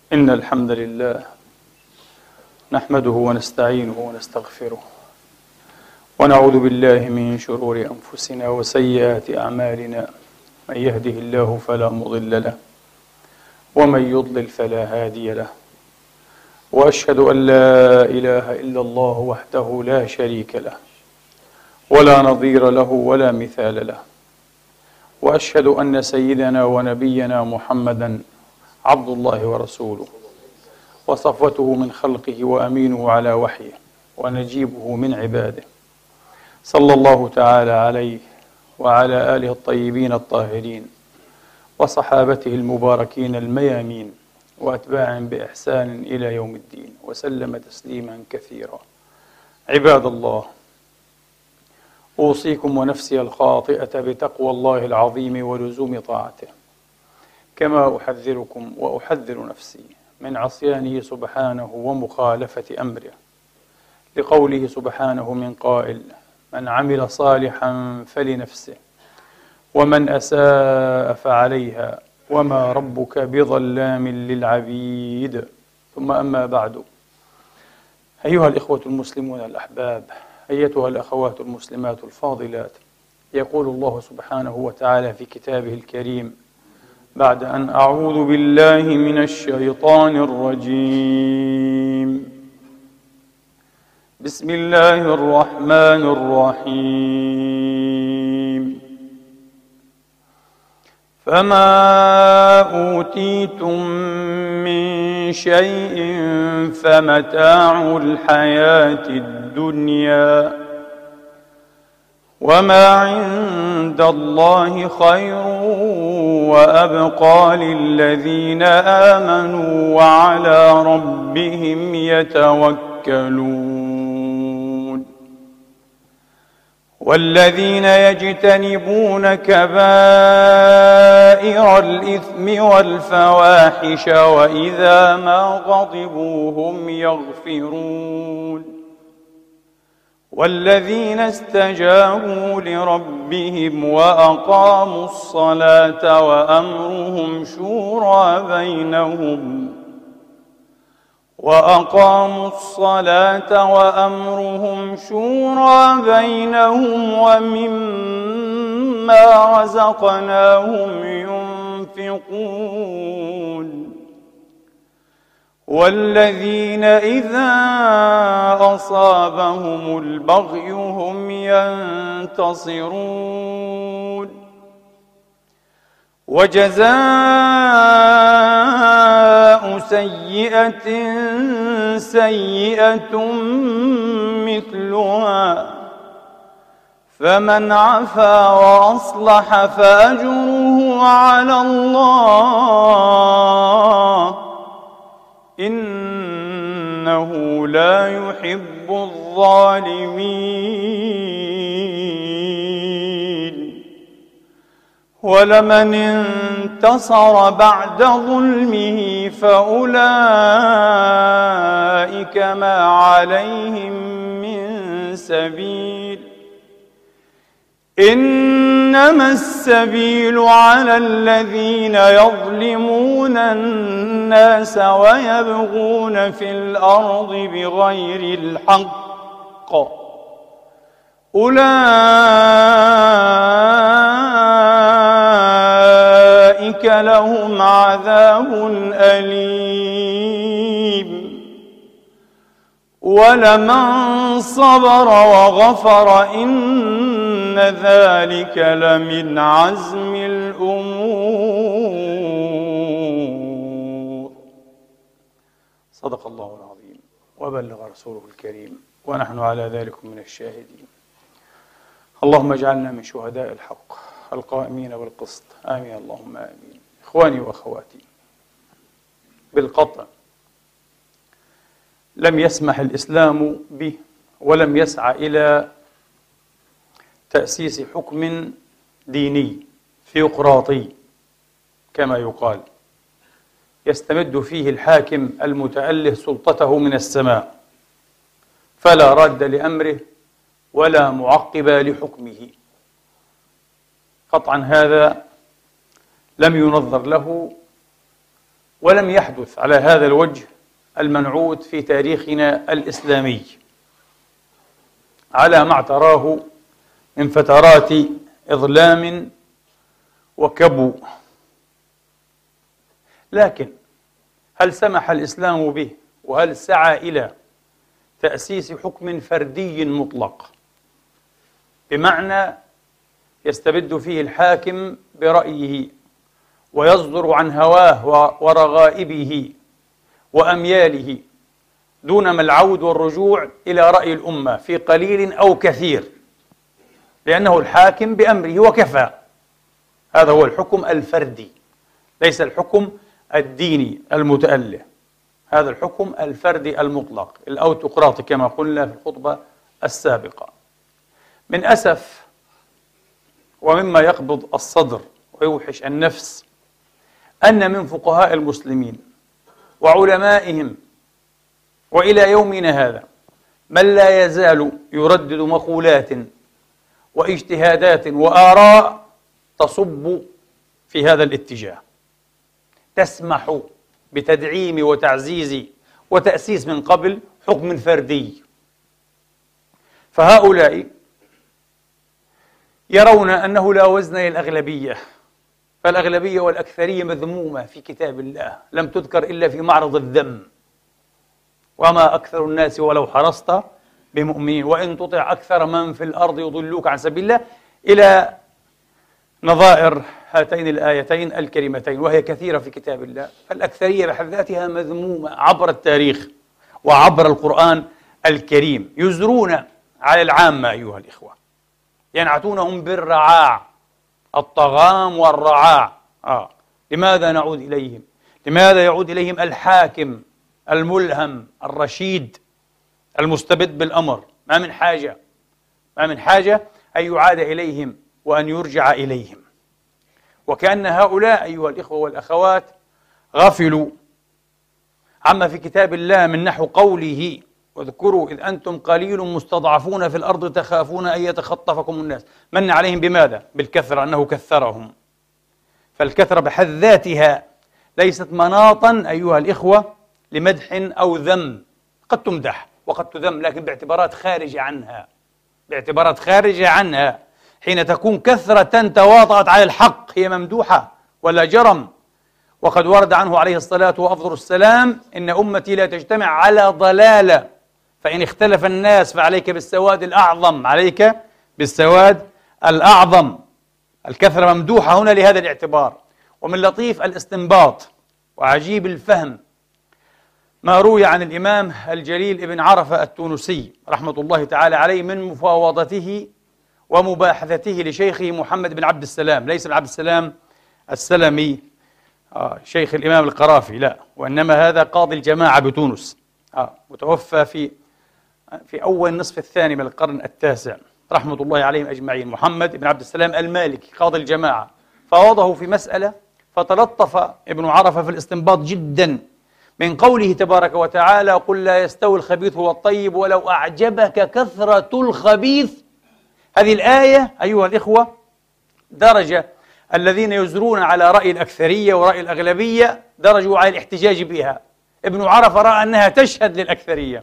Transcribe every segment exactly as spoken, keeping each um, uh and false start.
إن الحمد لله نحمده ونستعينه ونستغفره ونعوذ بالله من شرور أنفسنا وسيئات أعمالنا. من يهده الله فلا مضل له ومن يضلل فلا هادي له، وأشهد أن لا إله إلا الله وحده لا شريك له ولا نظير له ولا مثال له، وأشهد أن سيدنا ونبينا محمدا عبد الله ورسوله وصفوته من خلقه وأمينه على وحيه ونجيبه من عباده، صلى الله تعالى عليه وعلى آله الطيبين الطاهرين وصحابته المباركين الميامين وأتباعهم بإحسان إلى يوم الدين، وسلم تسليما كثيرا. عباد الله، أوصيكم ونفسي الخاطئة بتقوى الله العظيم ولزوم طاعته، كما أحذركم وأحذر نفسي من عصيانه سبحانه ومخالفة أمره، لقوله سبحانه من قائل: من عمل صالحا فلنفسه ومن أساء فعليها وما ربك بظلام للعبيد. ثم أما بعد، أيها الإخوة المسلمون الأحباب، أيتها الأخوات المسلمات الفاضلات، يقول الله سبحانه وتعالى في كتابه الكريم بعد أن أعوذ بالله من الشيطان الرجيم: بسم الله الرحمن الرحيم: فما أوتيتم من شيء فمتاع الحياة الدنيا وما عند الله خير وأبقى للذين آمنوا وعلى ربهم يتوكلون. والذين يجتنبون كبائر الإثم والفواحش وإذا ما غضبوا هم يغفرون. والذين استجابوا لربهم وأقاموا الصلاة وأمرهم شورى بينهم وأقاموا الصلاة وأمرهم شورى بينهم ومما رزقناهم ينفقون. والذين إذا أصابهم البغي هم ينتصرون. وجزاء سيئة سيئة مثلها، فمن عفا وأصلح فأجره على الله، إنه لا يحب الظالمين. ولمن انتصر بعد ظلمه فأولئك ما عليهم من سبيل، إنما السبيل على الذين يظلمون الناس ويبغون في الأرض بغير الحق، أولئك لهم عذاب أليم. ولمن صبر وغفر إن ذلك لمن عزم الأمور. صدق الله العظيم وبلغ رسوله الكريم، ونحن على ذلك من الشاهدين. اللهم اجعلنا من شهداء الحق القائمين بالقسط، آمين اللهم آمين. إخواني وأخواتي، بالقطع لم يسمح الإسلام به ولم يسعى إلى تأسيس حكم ديني ثيوقراطي كما يقال يستمد فيه الحاكم المتأله سلطته من السماء، فلا راد لأمره ولا معقب لحكمه. قطعا هذا لم ينظر له ولم يحدث على هذا الوجه المنعوت في تاريخنا الإسلامي على ما اعتراه من فترات إظلام وكبو. لكن هل سمح الإسلام به؟ وهل سعى إلى تأسيس حكم فردي مطلق بمعنى يستبد فيه الحاكم برأيه ويصدر عن هواه ورغائبه وأمياله دون ما العود والرجوع إلى رأي الأمة في قليل أو كثير، لأنه الحاكم بأمره وكفى؟ هذا هو الحكم الفردي، ليس الحكم الديني المتأله، هذا الحكم الفردي المطلق الأوتقراطي كما قلنا في الخطبة السابقة. من أسف ومما يقبض الصدر ويوحش النفس أن من فقهاء المسلمين وعلمائهم وإلى يومنا هذا من لا يزال يردد مقولات واجتهادات وآراء تصب في هذا الاتجاه، تسمح بتدعيم وتعزيز وتأسيس من قبل حكم فردي. فهؤلاء يرون أنه لا وزن للأغلبية، فالأغلبية والأكثرية مذمومة في كتاب الله، لم تذكر إلا في معرض الذم. وما أكثر الناس ولو حرصت بمؤمنين وإن تطع أكثر من في الأرض يضلوك عن سبيل الله، إلى نظائر هاتين الآيتين الكريمتين، وهي كثيرة في كتاب الله. فالأكثرية بحد ذاتها مذمومة عبر التاريخ وعبر القرآن الكريم، يزرون على العامة أيها الإخوة، ينعتونهم بالرعاع، الطغام والرعاع. آه. لماذا نعود إليهم؟ لماذا يعود إليهم الحاكم الملهم الرشيد المستبد بالأمر؟ ما من حاجة، ما من حاجة أن يعاد إليهم وأن يرجع إليهم. وكأن هؤلاء أيها الإخوة والأخوات غفلوا عما في كتاب الله من نحو قوله: واذكروا إذ أنتم قليل مستضعفون في الأرض تخافون أن يتخطفكم الناس. من عليهم بماذا؟ بالكثرة، أنه كثرهم. فالكثرة بحد ذاتها ليست مناطا أيها الإخوة لمدح أو ذم، قد تمدح وقد تذم لكن باعتبارات خارجة عنها، باعتبارات خارجة عنها. حين تكون كثرة تواطأت على الحق هي ممدوحة ولا جرم. وقد ورد عنه عليه الصلاة وأفضل السلام: إن أمتي لا تجتمع على ضلالة، فإن اختلف الناس فعليك بالسواد الأعظم، عليك بالسواد الأعظم. الكثرة ممدوحة هنا لهذا الاعتبار. ومن لطيف الاستنباط وعجيب الفهم ما روي عن الإمام الجليل ابن عرفة التونسي رحمة الله تعالى عليه من مفاوضته ومباحثته لشيخه محمد بن عبد السلام، ليس بن عبد السلام السلمي آه شيخ الإمام القرافي، لا، وإنما هذا قاضي الجماعة بتونس، آه متوفى في في أول نصف الثاني من القرن التاسع رحمة الله عليهم أجمعين، محمد بن عبد السلام المالكي قاضي الجماعة. فاوضه في مسألة فتلطف ابن عرفة في الاستنباط جدا من قوله تبارك وتعالى: قل لا يستوي الخبيث والطيب ولو أعجبك كثرة الخبيث. هذه الآية أيها الإخوة درج الذين يزرون على رأي الأكثرية ورأي الأغلبية، درجوا على الاحتجاج بها. ابن عرفة رأى أنها تشهد للأكثرية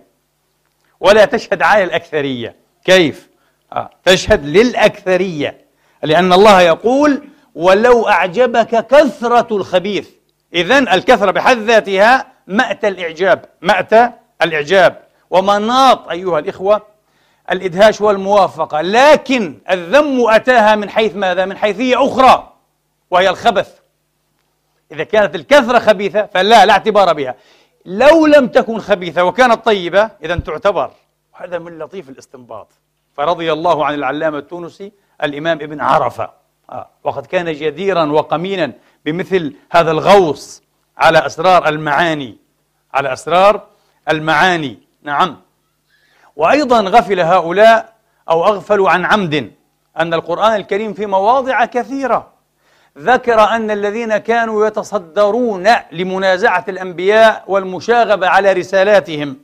ولا تشهد على الأكثرية. كيف؟ آه. تشهد للأكثرية، لأن الله يقول: ولو أعجبك كثرة الخبيث. إذن الكثرة بحد ذاتها مأتى الإعجاب، مأتى الإعجاب ومناط أيها الإخوة الإدهاش والموافقة. لكن الذم أتاها من حيث ماذا؟ من حيثية أخرى وهي الخبث. إذا كانت الكثرة خبيثة فلا لا اعتبار بها. لو لم تكن خبيثة وكانت طيبة إذن تعتبر. وهذا من لطيف الاستنباط. فرضي الله عن العلامة التونسي الإمام ابن عرفة، آه. وقد كان جديرا وقمينا بمثل هذا الغوص على أسرار المعاني، على أسرار المعاني. نعم. وأيضا غفل هؤلاء أو أغفلوا عن عمد أن القرآن الكريم في مواضع كثيرة ذكر أن الذين كانوا يتصدرون لمنازعة الأنبياء والمشاغبة على رسالاتهم،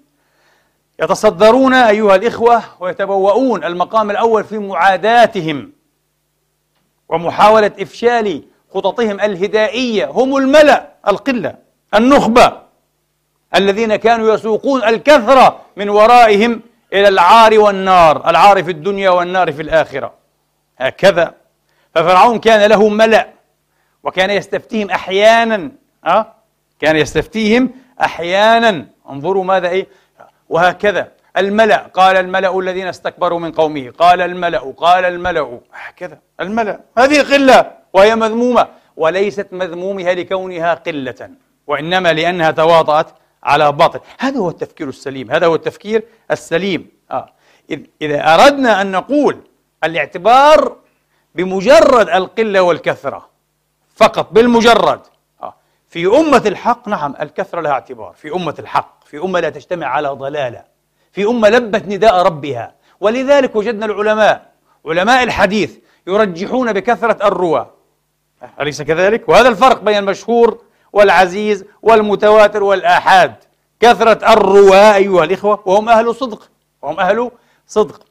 يتصدرون أيها الإخوة ويتبوؤون المقام الأول في معاداتهم ومحاولة إفشال خططهم الهدائية، هم الملأ القلة النخبة الذين كانوا يسوقون الكثرة من ورائهم إلى العار والنار، العار في الدنيا والنار في الآخرة. هكذا ففرعون كان له ملأ وكان يستفتيهم أحيانا أه؟ كان يستفتيهم أحيانا. انظروا ماذا إيه. وهكذا الملأ، قال الملأ الذين استكبروا من قومه، قال الملأ قال الملأ هكذا. الملأ هذه قلة وهي مذمومة، وليست مذمومها لكونها قلة، وإنما لأنها تواطأت على باطل. هذا هو التفكير السليم، هذا هو التفكير السليم. آه. إذا أردنا أن نقول الاعتبار بمجرد القلة والكثرة فقط، بالمجرد آه. في أمة الحق نعم الكثرة لها اعتبار، في أمة الحق، في أمة لا تجتمع على ضلالة، في أمة لبت نداء ربها. ولذلك وجدنا العلماء علماء الحديث يرجحون بكثرة الرواة، أليس كذلك؟ وهذا الفرق بين المشهور والعزيز والمتواتر والآحاد، كثرة الرواة أيها الإخوة، وهم أهل صدق، وهم أهل صدق.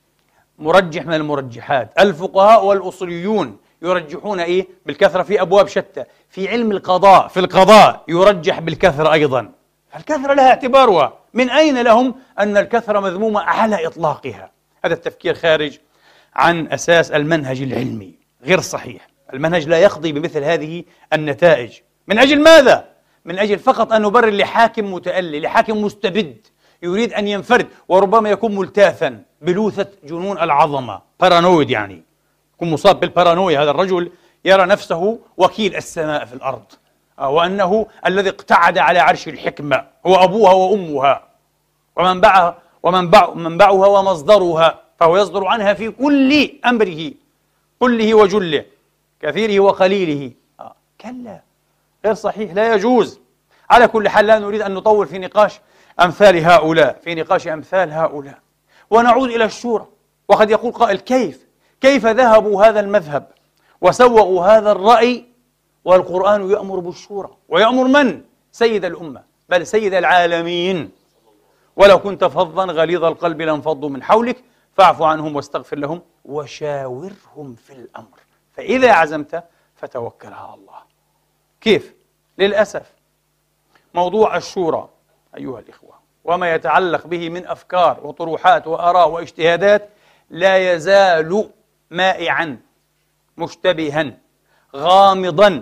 مرجح من المرجحات. الفقهاء والأصوليون يرجحون إيه؟ بالكثرة في أبواب شتى. في علم القضاء، في القضاء يرجح بالكثرة أيضا. الكثرة لها اعتبارها. من أين لهم أن الكثرة مذمومة على إطلاقها؟ هذا التفكير خارج عن أساس المنهج العلمي، غير صحيح. المنهج لا يقضي بمثل هذه النتائج. من أجل ماذا؟ من أجل فقط أن نبرر لحاكم متألي، لحاكم مستبد يريد أن ينفرد، وربما يكون ملتاثا بلوثة جنون العظمة، بارانويد، يعني يكون مصاب بالبارانويا. هذا الرجل يرى نفسه وكيل السماء في الأرض، وأنه الذي اقتعد على عرش الحكمة، هو أبوها وأمها ومنبعها ومنبع منبعها ومصدرها، فهو يصدر عنها في كل أمره، كله وجله، كثيره وقليله. آه. كلا، غير صحيح، لا يجوز. على كل حال لا نريد أن نطول في نقاش أمثال هؤلاء، في نقاش أمثال هؤلاء، ونعود إلى الشورى. وقد يقول قائل: كيف كيف ذهبوا هذا المذهب وسوغوا هذا الرأي والقرآن يأمر بالشورى؟ ويأمر من؟ سيد الأمة، بل سيد العالمين. ولو كنت فظا غليظ القلب لانفضوا من حولك فاعف عنهم واستغفر لهم وشاورهم في الأمر فإذا عزمت فتوكل على الله. كيف؟ للأسف موضوع الشورى أيها الإخوة وما يتعلق به من أفكار وطروحات وآراء واجتهادات لا يزال مائعا مشتبها غامضا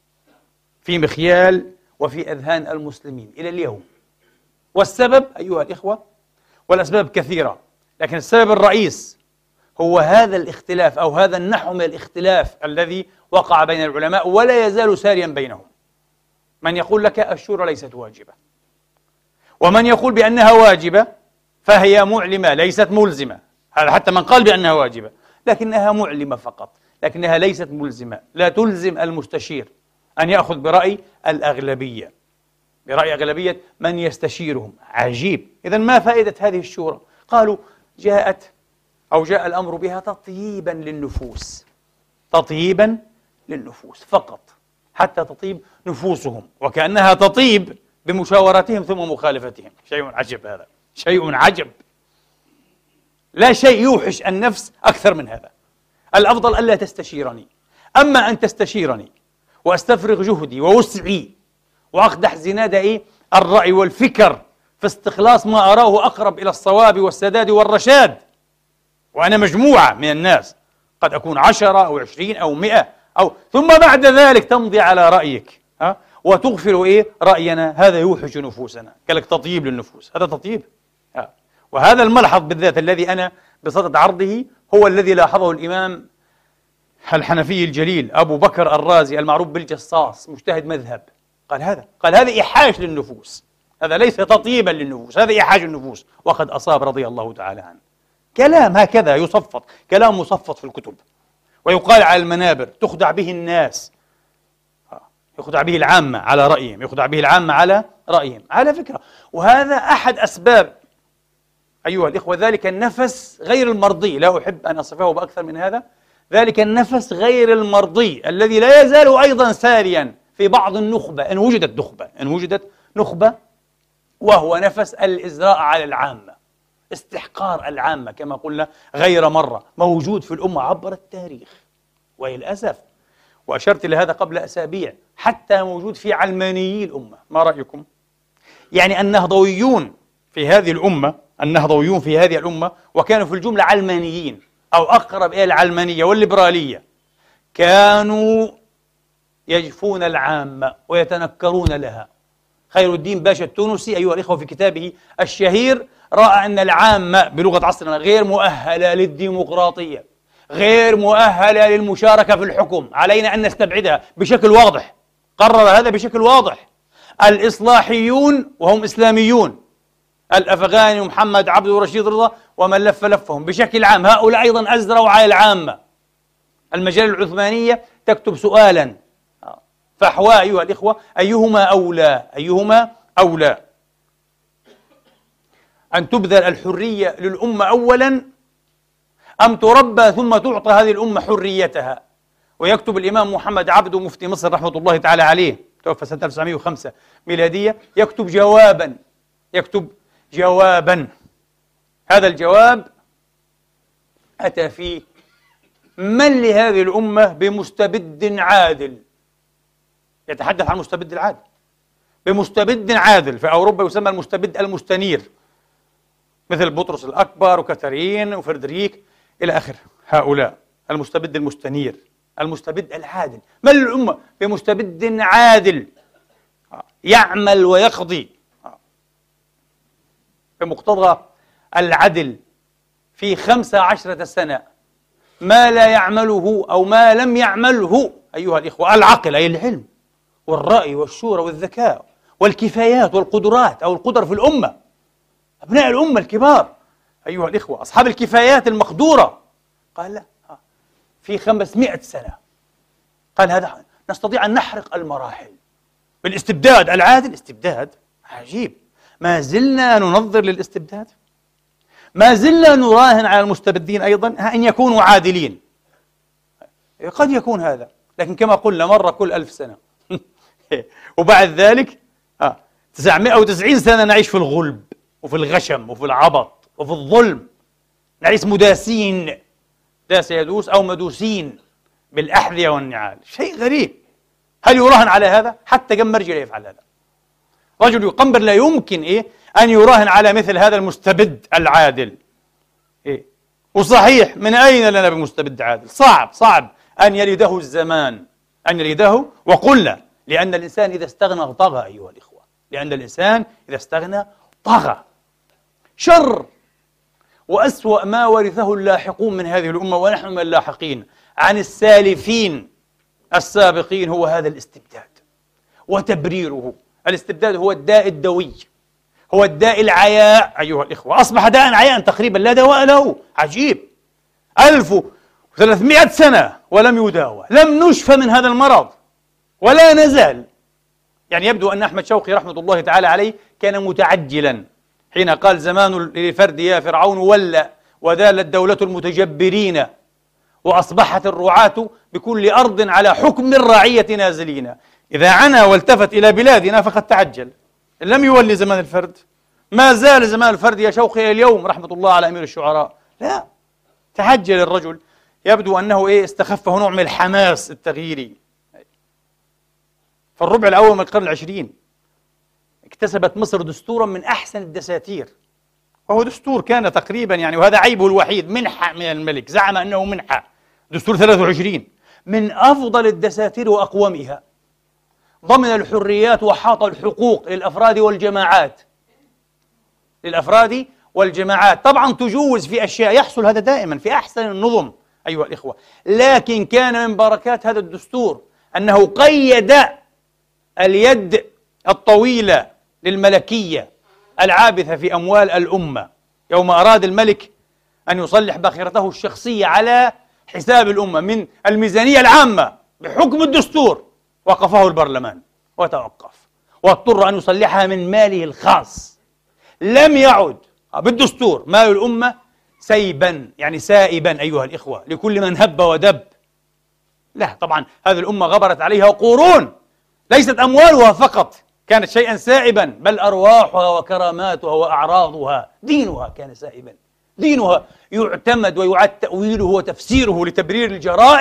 في مخيال وفي أذهان المسلمين إلى اليوم. والسبب أيها الإخوة، والأسباب كثيرة، لكن السبب الرئيس هو هذا الاختلاف أو هذا النحو من الاختلاف الذي وقع بين العلماء ولا يزال ساريا بينهم. من يقول لك الشورى ليست واجبة، ومن يقول بأنها واجبة فهي معلمة ليست ملزمة. هذا حتى من قال بأنها واجبة، لكنها معلمة فقط، لكنها ليست ملزمة، لا تلزم المستشير أن يأخذ برأي الأغلبية، برأي أغلبية من يستشيرهم. عجيب. إذن ما فائدة هذه الشورى؟ قالوا جاءت أو جاء الأمر بها تطييبا للنفوس، تطييبا للنفوس فقط، حتى تطيب نفوسهم، وكأنها تطيب بمشاورتهم ثم مخالفتهم. شيء عجب، هذا شيء عجب، لا شيء يوحش النفس أكثر من هذا. الأفضل ألا تستشيرني، أما أن تستشيرني وأستفرغ جهدي ووسعي وأقدح زناد إيه الرأي والفكر في استخلاص ما أراه أقرب إلى الصواب والسداد والرشاد، وأنا مجموعة من الناس، قد أكون عشرة أو عشرين أو مئة، أو ثم بعد ذلك تمضي على رأيك ها وتغفل إيه رأينا، هذا يوحش نفوسنا. قال لك تطيب للنفوس، هذا تطيب. ها. وهذا الملحظ بالذات الذي أنا بصدد عرضه هو الذي لاحظه الإمام الحنفي الجليل أبو بكر الرازي المعروف بالجصاص، مجتهد مذهب. قال هذا قال هذا إيحاش للنفوس، هذا ليس تطيبا للنفوس، هذا إيحاش للنفوس، وقد أصاب رضي الله تعالى عنه. كلام هكذا يصفط، كلام مصفط في الكتب ويقال على المنابر، تخدع به الناس، يخدع به العامة على رأيهم، يخدع به العامة على رأيهم على فكرة. وهذا أحد أسباب أيها الإخوة ذلك النفس غير المرضي، لا أحب أن أصفه بأكثر من هذا، ذلك النفس غير المرضي الذي لا يزال أيضا ساريا في بعض النخبة، إن وجدت نخبة، إن وجدت نخبة، وهو نفس الإزراء على العامة، استحقار العامة كما قلنا غير مرة، موجود في الأمة عبر التاريخ وللأسف. وأشرت إلى هذا قبل أسابيع، حتى موجود في علمانيي الأمة. ما رأيكم؟ يعني النهضويون في هذه الأمة، النهضويون في هذه الأمة وكانوا في الجملة علمانيين أو أقرب إلى العلمانية والليبرالية، كانوا يجفون العامة ويتنكرون لها. خير الدين باشا التونسي أيها الإخوة في كتابه الشهير رأى أن العامة بلغة عصرنا غير مؤهلة للديمقراطية، غير مؤهلة للمشاركة في الحكم، علينا أن نستبعدها بشكل واضح. قرر هذا بشكل واضح. الإصلاحيون وهم إسلاميون، الأفغاني ومحمد عبده ورشيد رضا ومن لف لفهم بشكل عام، هؤلاء أيضا أزروا على العامة. المجلة العثمانية تكتب سؤالا فحوى أيها الإخوة: أيهما أولى؟ أيهما أولى أن تبذل الحرية للأمة أولا أم تربى ثم تعطى هذه الأمة حريتها؟ ويكتب الإمام محمد عبده مفتي مصر رحمة الله تعالى عليه، توفى سنة ألف وتسعمائة وخمسة ميلادية، يكتب جوابا يكتب جوابا هذا الجواب أتى فيه: من لهذه الأمة بمستبد عادل. يتحدث عن المستبد العادل، بمستبد عادل. في أوروبا يسمى المستبد المستنير، مثل بطرس الأكبر وكاترين وفردريك إلى آخر هؤلاء. المستبد المستنير، المستبد العادل. من للأمة بمستبد عادل يعمل ويقضي بمقتضى العدل في خمس عشرة سنة ما لا يعمله أو ما لم يعمله أيها الإخوة العقل، أي العلم والرأي والشورى والذكاء والكفايات والقدرات أو القدر في الأمة. أبناء الأمة الكبار أيها الإخوة أصحاب الكفايات المقدورة، قال لا، في خمسمائة سنة. قال هذا نستطيع أن نحرق المراحل. بالاستبداد العادل، استبداد عجيب، ما زلنا ننظر للاستبداد، ما زلنا نراهن على المستبدين أيضا أن يكونوا عادلين. قد يكون هذا، لكن كما قلنا مرة كل ألف سنة وبعد ذلك آه تسعمائة وتسعين سنة نعيش في الغلب وفي الغشم وفي العبط وفي الظلم، نعيش مداسين، داس يدوس أو مدوسين بالأحذية والنعال. شيء غريب. هل يراهن على هذا؟ حتى جمرجي لا يفعل هذا. رجل يقنبر لا يمكن إيه أن يراهن على مثل هذا المستبد العادل. إيه؟ وصحيح، من أين لنا بمستبد عادل؟ صعب صعب أن يلده الزمان، أن يلده. وقلنا لأن الإنسان إذا استغنى طغى أيها الإخوة، لأن الإنسان إذا استغنى طغى. شر وأسوأ ما ورثه اللاحقون من هذه الأمة ونحن من اللاحقين عن السالفين السابقين هو هذا الاستبداد وتبريره. الاستبداد هو الداء الدوي، هو الداء العياء أيها الإخوة، أصبح داء عياء تقريبا لا دواء له. عجيب، ألف وثلاثمائة سنة ولم يداوى، لم نشفى من هذا المرض ولا نزال. يعني يبدو أن أحمد شوقي رحمة الله تعالى عليه كان متعجلا حين قال: زمان للفرد يا فرعون ولى وذالت دولة المتجبرين وأصبحت الرعاة بكل أرض على حكم الرعية نازلين. إذا عنا والتفت إلى بلادنا فقد تعجل، لم يولي زمان الفرد. ما زال زمان الفرد يا شوقي اليوم رحمة الله على أمير الشعراء، لا، تعجل الرجل. يبدو أنه إيه استخفه نوع من الحماس التغييري. في الربع الأول من القرن العشرين اكتسبت مصر دستورا من أحسن الدساتير، وهو دستور كان تقريبا يعني، وهذا عيبه الوحيد، منحة من الملك، زعم أنه منحة. دستور ثلاثة وعشرين من أفضل الدساتير وأقومها، ضمن الحريات وحاط الحقوق للأفراد والجماعات، للأفراد والجماعات. طبعا تجوز في أشياء، يحصل هذا دائما في أحسن النظم أيها الإخوة، لكن كان من بركات هذا الدستور أنه قيد اليد الطويلة للملكية العابثة في أموال الأمة. يوم أراد الملك أن يصلح باخرته الشخصية على حساب الأمة من الميزانية العامة بحكم الدستور، وقفه البرلمان وتوقف، واضطر أن يصلحها من ماله الخاص. لم يعد بالدستور مال الأمة سيبا، يعني سائبا أيها الإخوة لكل من هب ودب. لا، طبعا هذه الأمة غبرت عليها قرون، ليست أموالها فقط كانت شيئا سائبا، بل أرواحها وكراماتها وأعراضها. دينها كان سائبا، دينها يعتمد ويعاد تأويله وتفسيره لتبرير الجرائم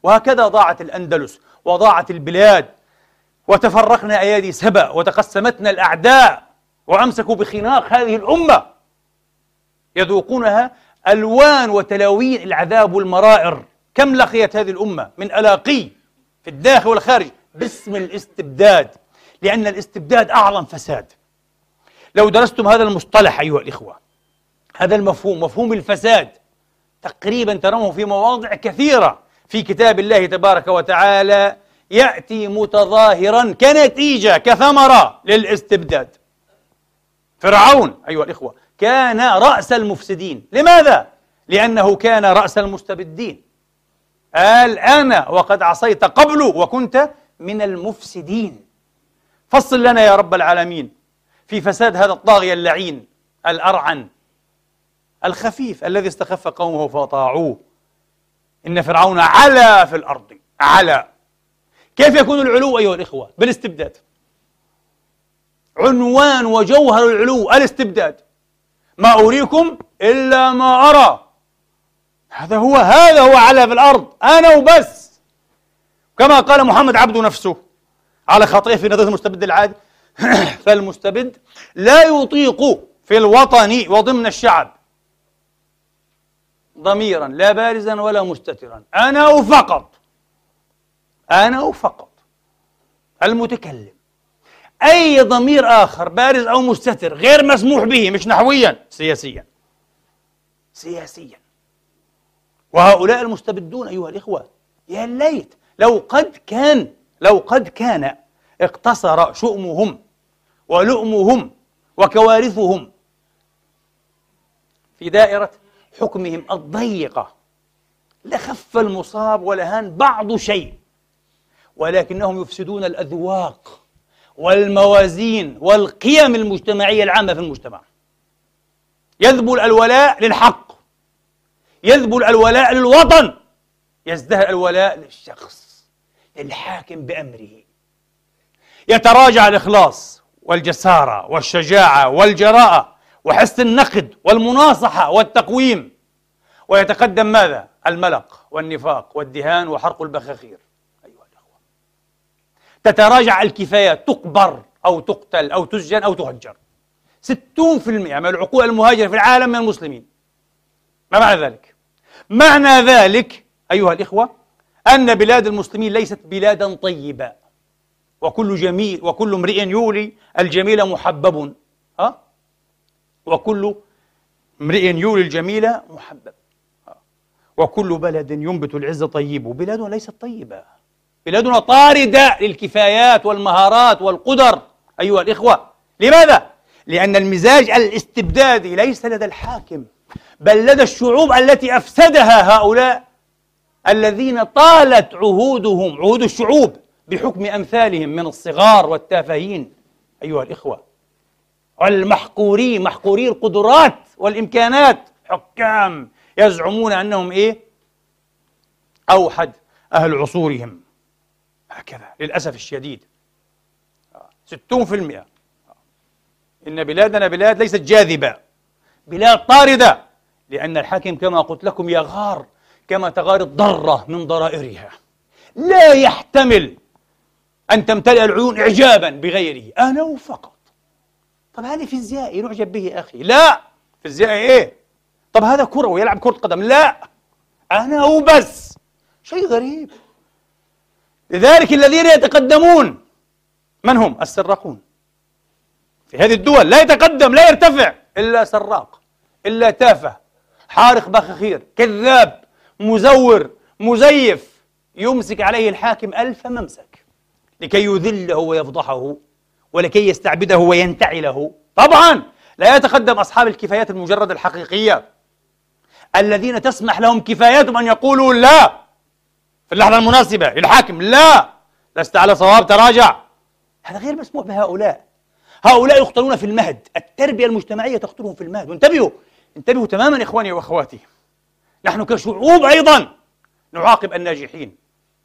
وهكذا ضاعت الأندلس وضاعت البلاد، وتفرقنا أيادي سبأ، وتقسمتنا الأعداء، وأمسكوا بخناق هذه الأمة يذوقونها ألوان وتلاوين العذاب والمرائر. كم لقيت هذه الأمة من ألاقي في الداخل والخارج باسم الاستبداد، لأن الاستبداد أعظم فساد. لو درستم هذا المصطلح أيها الإخوة، هذا المفهوم، مفهوم الفساد، تقريبا ترونه في مواضع كثيرة في كتاب الله تبارك وتعالى، يأتي متظاهرا كنتيجة كثمرة للاستبداد. فرعون أيها الإخوة كان رأس المفسدين. لماذا؟ لأنه كان رأس المستبدين. قال أنا وقد عصيت قبل وكنت من المفسدين. فصل لنا يا رب العالمين في فساد هذا الطاغية اللعين الأرعن الخفيف الذي استخف قومه فأطاعوه. إن فرعون علا في الأرض. علا. كيف يكون العلو أيها الإخوة؟ بالاستبداد. عنوان وجوهر العلو الاستبداد. ما أريكم إلا ما أرى. هذا هو هذا هو علا في الأرض، أنا وبس. كما قال محمد عبده نفسه على خاطئه في نظرية المستبد العادي فالمستبد لا يطيق في الوطن وضمن الشعب ضميرا لا بارزا ولا مستترا، أنا وفقط. أنا وفقط المتكلم. أي ضمير آخر بارز أو مستتر غير مسموح به، مش نحويا، سياسيا. سياسيا. وهؤلاء المستبدون أيها الإخوة يا ليت لو قد كان لو قد كان اقتصر شؤمهم ولؤمهم وكوارثهم في دائرة حكمهم الضيقة لخف المصاب ولهان بعض شيء، ولكنهم يفسدون الأذواق والموازين والقيم المجتمعية العامة في المجتمع. يذبل الولاء للحق، يذبل الولاء للوطن، يزدهر الولاء للشخص، للحاكم بأمره. يتراجع الإخلاص والجسارة والشجاعة والجراءة وحسن النقد والمناصحة والتقويم، ويتقدم ماذا؟ الملق والنفاق والدهان وحرق البخاخير. أيها الأخوة تتراجع الكفايات، تقبر أو تقتل أو تسجن أو تهجر. ستون بالمئة من العقول المهاجرة في العالم من المسلمين. ما معنى ذلك؟ معنى ذلك أيها الإخوة أن بلاد المسلمين ليست بلادا طيبة، وكل جميل وكل امرئ يولي الجميل محبب. ها؟ وكل امرئ يولي الجميل محبب. ها؟ وكل بلد ينبت العز طيب. بلادنا ليست طيبة، بلادنا طاردة للكفايات والمهارات والقدر أيها الإخوة. لماذا؟ لأن المزاج الاستبدادي ليس لدى الحاكم، بل لدى الشعوب التي أفسدها هؤلاء الذين طالت عهودهم، عهود الشعوب، بحكم أمثالهم من الصغار والتافهين أيها الإخوة، والمحقورين، محقوري القدرات والإمكانات، حكام يزعمون أنهم إيه؟ أوحد أهل عصورهم. هكذا للأسف الشديد. ستون بالمئة. إن بلادنا بلاد ليست جاذبة، بلاد طاردة، لأن الحاكم كما قلت لكم يغار كما تغار الضرة من ضرائرها، لا يحتمل أن تمتلئ العيون إعجابا بغيره، أنا وفقط. طب هذه فيزيائي نعجب به أخي، لا. فيزيائي إيه؟ طب هذا كروي يلعب كرة قدم، لا، أنا وبس. شيء غريب. لذلك الذين يتقدمون من هم؟ السراقون. في هذه الدول لا يتقدم لا يرتفع إلا سراق، إلا تافه، حارق بخاخير، كذاب، مزور، مزيف، يمسك عليه الحاكم ألف ممسك لكي يذله ويفضحه ولكي يستعبده وينتعله. طبعا لا يتقدم أصحاب الكفايات المجردة الحقيقية الذين تسمح لهم كفاياتهم أن يقولوا لا في اللحظة المناسبة للحاكم، لا، لست على صواب، تراجع. هذا غير مسموح بهؤلاء. هؤلاء يقتلون في المهد، التربية المجتمعية تقتلهم في المهد. وانتبهوا انتبهوا تماما إخواني وأخواتي، نحن كشعوب أيضا نعاقب الناجحين.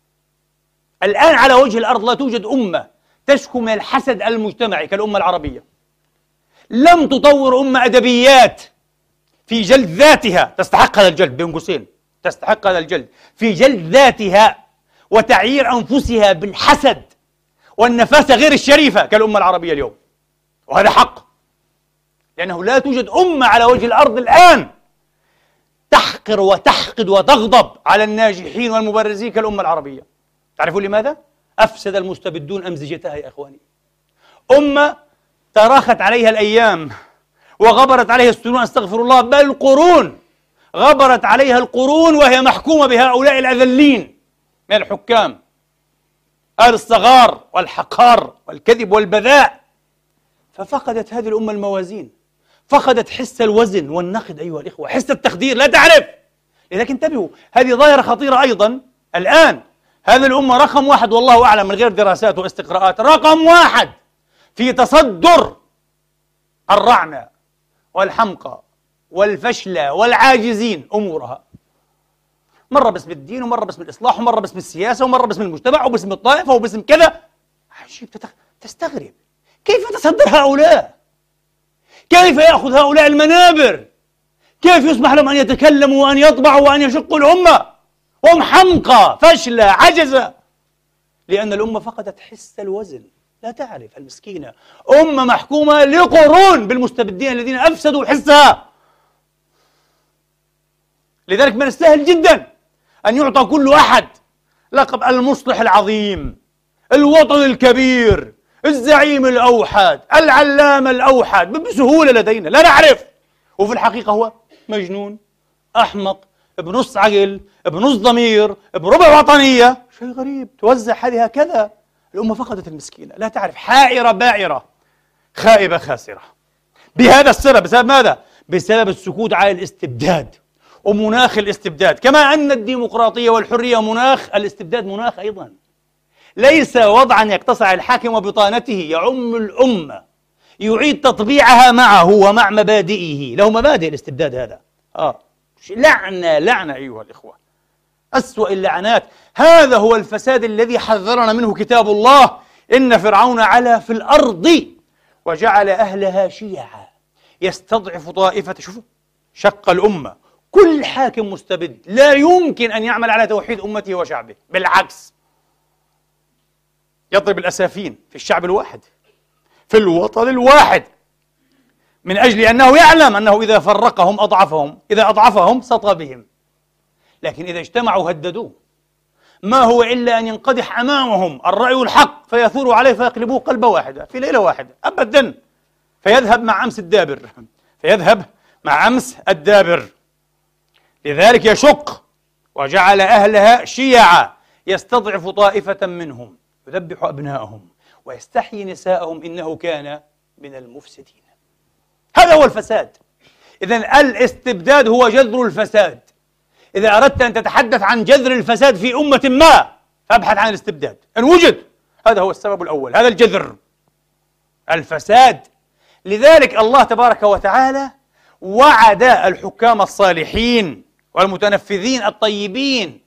الآن على وجه الأرض لا توجد أمة تشكو من الحسد المجتمعي كالأمة العربية. لم تطور أمة أدبيات في جلد ذاتها، تستحق هذا الجلد بين قوسين، تستحق هذا الجلد في جلد ذاتها وتعيير أنفسها بالحسد والنفاسة غير الشريفة كالأمة العربية اليوم، وهذا حق، لأنه لا توجد أمة على وجه الأرض الآن تحقر وتحقد وتغضب على الناجحين والمبرزين كالأمة العربية. تعرفون لماذا؟ أفسد المستبدون أمزجتها يا إخواني. أمة تراخت عليها الأيام وغبرت عليها السنون، أستغفر الله، بل قرون غبرت عليها القرون وهي محكومة بهؤلاء الأذلين من الحكام، أهل الصغار والحقار والكذب والبذاء. ففقدت هذه الأمة الموازين، فقدت حس الوزن والنقد أيها الإخوة، حس التقدير، لا تعرف. لذلك انتبهوا، هذه ظاهرة خطيرة أيضا الآن. هذه الأمة رقم واحد والله أعلم من غير دراسات واستقراءات، رقم واحد في تصدر الرعنة والحمقى والفشلة والعاجزين أمورها، مرة باسم الدين ومرة باسم الإصلاح ومرة باسم السياسة ومرة باسم المجتمع وباسم الطائفة وباسم كذا. عجيب، تستغرب كيف تصدر هؤلاء؟ كيف يأخذ هؤلاء المنابر؟ كيف يسمح لهم أن يتكلموا وأن يطبعوا وأن يشقوا الأمة وهم حمقى فشلة عجزة؟ لأن الأمة فقدت حس الوزن، لا تعرف المسكينة، أمة محكومة لقرون بالمستبدين الذين أفسدوا حسها. لذلك من السهل جدا أن يعطى كل أحد لقب المصلح العظيم، الوطن الكبير، الزعيم الأوحد، العلامة الأوحد، بسهولة لدينا لا نعرف، وفي الحقيقة هو مجنون، أحمق، بنص عقل، بنص ضمير، بربع وطنية. شيء غريب، توزع هذه هكذا. الأمة فقدت المسكينة، لا تعرف، حائرة بائرة، خائبة خاسرة. بهذا السبب، بسبب ماذا؟ بسبب السكوت على الاستبداد ومناخ الاستبداد، كما أن الديمقراطية والحرية مناخ، الاستبداد مناخ أيضا، ليس وضعا يقتصر على الحاكم وبطانته، يعم الأمة، يعيد تطبيعها معه ومع مبادئه. له مبادئ الاستبداد هذا، آه لعنة لعنة أيها الإخوة، أسوأ اللعنات. هذا هو الفساد الذي حذرنا منه كتاب الله. إن فرعون علا في الأرض وجعل أهلها شيعا يستضعف طائفة. شوفوا، شق الأمة. كل حاكم مستبد لا يمكن أن يعمل على توحيد أمته وشعبه، بالعكس يضرب الأسافين في الشعب الواحد، في الوطن الواحد، من أجل أنه يعلم أنه إذا فرقهم أضعفهم، إذا أضعفهم سطى بهم، لكن إذا اجتمعوا هددوه. ما هو إلا أن ينقدح أمامهم الرأي الحق فيثوروا عليه فيقلبوه قلبة واحدة في ليلة واحدة أبدا، فيذهب مع أمس الدابر، فيذهب مع أمس الدابر. لذلك يشق وجعل أهلها شيعا يستضعف طائفة منهم، يذبح أبناءهم ويستحيي نساءهم، إنه كان من المفسدين. هذا هو الفساد. إذن الاستبداد هو جذر الفساد. إذا أردت أن تتحدث عن جذر الفساد في أمة ما فابحث عن الاستبداد إن وجد. هذا هو السبب الأول، هذا الجذر، الفساد. لذلك الله تبارك وتعالى وعد الحكام الصالحين والمتنفذين الطيبين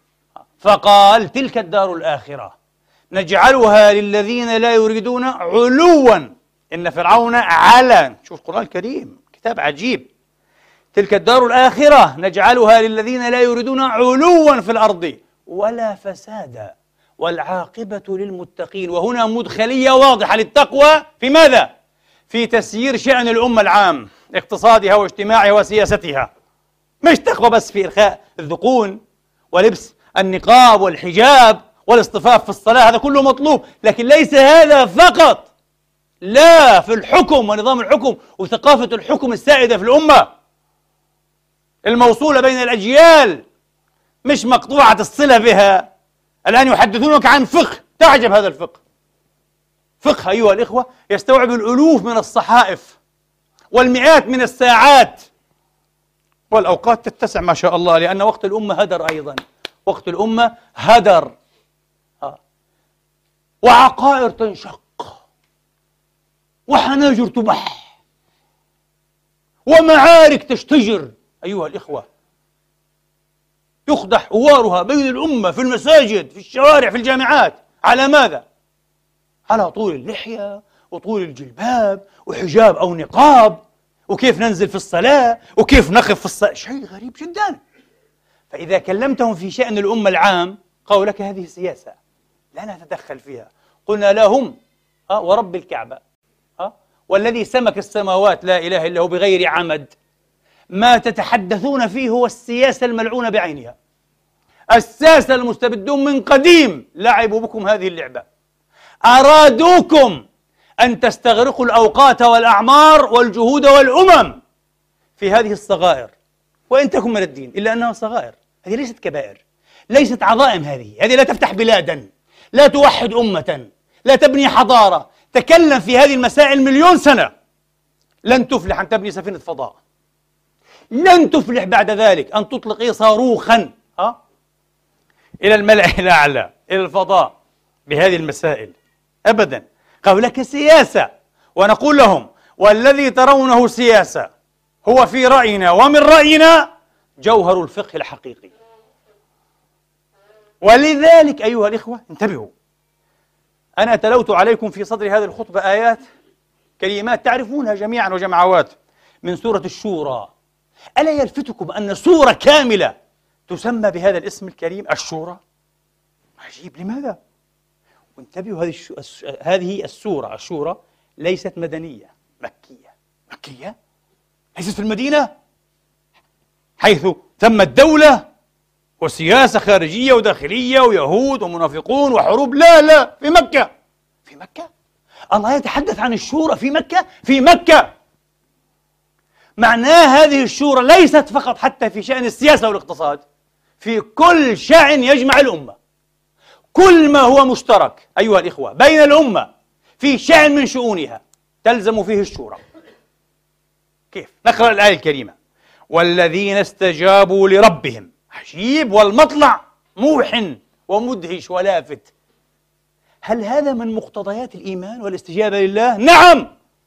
فقال: تلك الدار الآخرة نجعلها للذين لا يريدون علوا. إن فرعون علا. شوف القرآن الكريم كتاب عجيب. تلك الدار الآخرة نجعلها للذين لا يريدون علوا في الأرض ولا فسادا والعاقبة للمتقين. وهنا مدخلية واضحة للتقوى في ماذا؟ في تسيير شأن الأمة العام، اقتصادها واجتماعها وسياستها. مش تقوى بس في إرخاء الذقون ولبس النقاب والحجاب والاصطفاف في الصلاة، هذا كله مطلوب، لكن ليس هذا فقط. لا، في الحكم ونظام الحكم وثقافة الحكم السائدة في الأمة الموصولة بين الأجيال، مش مقطوعة الصلة بها. الآن يحدثونك عن فقه، تعجب هذا الفقه. فقه أيها الإخوة يستوعب الألوف من الصحائف والمئات من الساعات، والأوقات تتسع ما شاء الله، لأن وقت الأمة هدر أيضا، وقت الأمة هدر. آه. وعقائر تنشق وحناجر تبح ومعارك تشتجر أيها الإخوة، يخدح حوارها بين الأمة في المساجد، في الشوارع، في الجامعات. على ماذا؟ على طول اللحية وطول الجلباب وحجاب أو نقاب، وكيف ننزل في الصلاة وكيف نقف في الصلاة. شيء غريب جدا. فإذا كلمتهم في شأن الأمة العام قالوا لك هذه سياسة لا نتدخل فيها. قلنا لهم أه ورب الكعبة أه والذي سمك السماوات لا إله إلا هو بغير عمد، ما تتحدثون فيه هو السياسة الملعونة بعينها. الساسة المستبدون من قديم لعبوا بكم هذه اللعبة، أرادوكم أن تستغرقوا الأوقات والأعمار والجهود والأمم في هذه الصغائر، وإن تكن من الدين إلا أنها صغائر. هذه ليست كبائر، ليست عظائم، هذه هذه لا تفتح بلادا، لا توحد أمة، لا تبني حضارة. تكلم في هذه المسائل مليون سنة، لن تفلح أن تبني سفينة فضاء، لن تفلح بعد ذلك أن تطلق صاروخا أه؟ إلى الملأ الأعلى، إلى الفضاء، بهذه المسائل أبدا. قالوا لك سياسة، ونقول لهم والذي ترونه سياسة هو في رأينا ومن رأينا جوهر الفقه الحقيقي. ولذلك أيها الإخوة انتبهوا، أنا تلوت عليكم في صدر هذه الخطبة آيات كلمات تعرفونها جميعا وجمعوات من سورة الشورى. ألا يلفتكم أن سورة كاملة تسمى بهذا الاسم الكريم الشورى؟ عجيب، لماذا؟ وانتبهوا، هذه الش... هذه السورة الشورى ليست مدنية، مكية. مكية؟ ليست في المدينة حيث تمت دولة وسياسة خارجية وداخلية ويهود ومنافقون وحروب، لا لا، في مكة. في مكة؟ الله يتحدث عن الشورى في مكة؟ في مكة. معناه هذه الشورى ليست فقط حتى في شأن السياسة والاقتصاد، في كل شأن يجمع الأمة، كل ما هو مشترك أيها الإخوة بين الأمة في شأن من شؤونها تلزم فيه الشورى. كيف؟ نقرأ الآية الكريمة: والذين استجابوا لربهم. عجيب، والمطلع موحٍ ومدهش ولافت. هل هذا من مقتضيات الإيمان والاستجابة لله؟ نعم.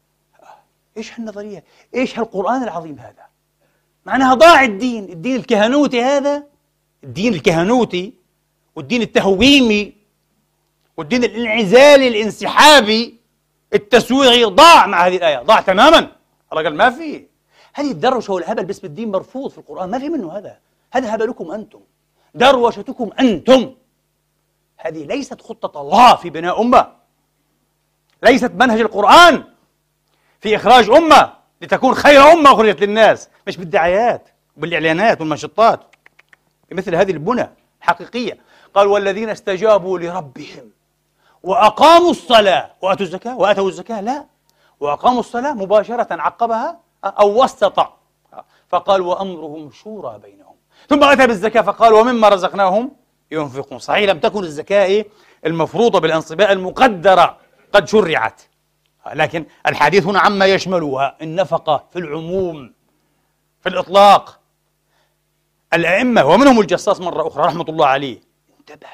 إيش هالنظرية؟ إيش هالقرآن العظيم هذا؟ معناها ضاع الدين، الدين الكهنوتي هذا، الدين الكهنوتي والدين التهويمي والدين الانعزالي الانسحابي التسويغي ضاع مع هذه الآية، ضاع تماما. الله قال ما في، هذه الدروشة والهبل باسم الدين مرفوض في القرآن، ما في منه هذا، هذا هبلكم أنتم، دروشتكم أنتم. هذه ليست خطة الله في بناء أمة، ليست منهج القرآن في إخراج أمة لتكون خير أمة أخرجت للناس، مش بالدعايات وبالإعلانات والمنشطات، بمثل هذه البنى الحقيقية. قال والذين استجابوا لربهم وأقاموا الصلاة وآتوا الزكاة. وآتوا الزكاة لا، وأقاموا الصلاة مباشرة عقبها أو وسط، فقال وأمرهم شورى بينهم، ثم أتى بالزكاة فقال ومما رزقناهم ينفقون. صحيح لم تكن الزكاة المفروضة بالأنصباء المقدرة قد شرعت، لكن الحديث هنا عما يشملها، النفقة في العموم في الإطلاق. الأئمة ومنهم الجصاص مرة أخرى رحمة الله عليه انتبه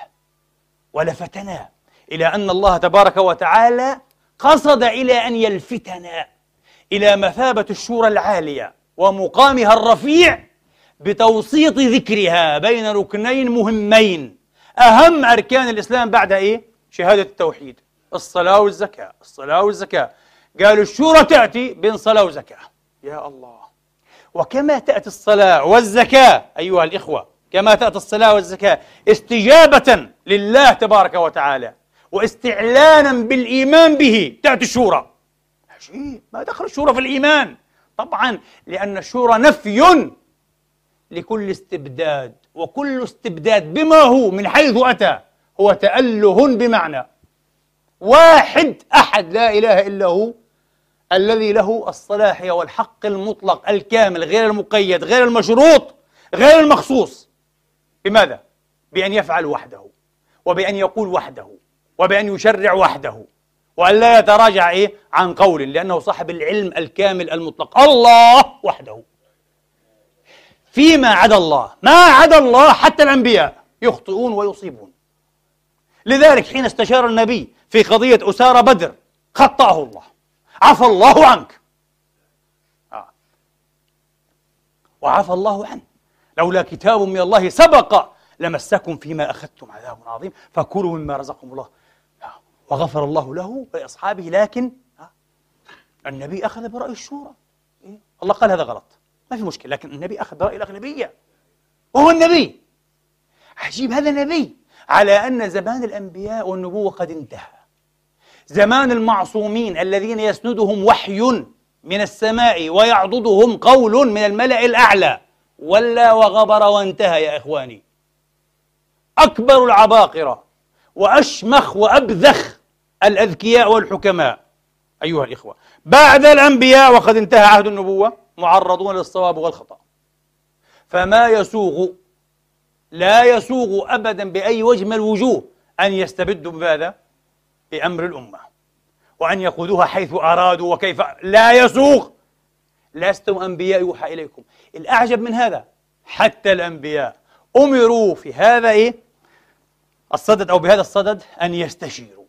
ولفتنا إلى أن الله تبارك وتعالى قصد إلى أن يلفتنا إلى مثابة الشورى العالية ومقامها الرفيع بتوسيط ذكرها بين ركنين مهمين، أهم أركان الإسلام بعد إيه؟ شهادة التوحيد، الصلاة والزكاة. الصلاة والزكاة قالوا الشورى تأتي بين صلاة وزكاة. يا الله، وكما تأتي الصلاة والزكاة أيها الإخوة، كما تأتي الصلاة والزكاة استجابة لله تبارك وتعالى واستعلانا بالإيمان به، تأتي الشورى. عجيب، ما دخل الشورى في الإيمان؟ طبعا لأن الشورى نفي لكل استبداد، وكل استبداد بما هو من حيث أتى هو تأله بمعنى واحد أحد لا إله إلا هو، الذي له الصلاحية والحق المطلق الكامل غير المقيد غير المشروط غير المخصوص. بماذا؟ بأن يفعل وحده، وبأن يقول وحده، وبأن يشرع وحده، وأن لا يتراجع إيه عن قول، لأنه صاحب العلم الكامل المطلق، الله وحده. فيما عدا الله، ما عدا الله حتى الأنبياء يخطئون ويصيبون. لذلك حين استشار النبي في قضية أسارى بدر خطأه الله، عفى الله عنك آه. وعفى الله عنه، لولا كتاب من الله سبق لمسكم فيما أخذتم عذاب عظيم فكلوا مما رزقكم الله آه. وغفر الله له ولأصحابه، لكن آه. النبي أخذ برأي الشورى. إيه؟ الله قال هذا غلط، ما في مشكلة، لكن النبي أخذ برأي الأغلبية وهو النبي. عجيب، هذا نبي على أن زمان الأنبياء والنبوة قد انتهى. زمان المعصومين الذين يسندهم وحي من السماء ويعضدهم قول من الملأ الأعلى ولا وغبر وانتهى يا إخواني. أكبر العباقرة وأشمخ وأبذخ الأذكياء والحكماء أيها الإخوة بعد الأنبياء وقد انتهى عهد النبوة معرضون للصواب والخطأ. فما يسوغ لا يسوغ أبدا بأي وجه من الوجوه أن يستبدوا بماذا؟ بأمر الأمة وأن يقودوها حيث أرادوا وكيف. لا يسوغ. لستم أنبياء يوحى إليكم. الأعجب من هذا حتى الأنبياء أمروا في هذا إيه؟ الصدد أو بهذا الصدد أن يستشيروا،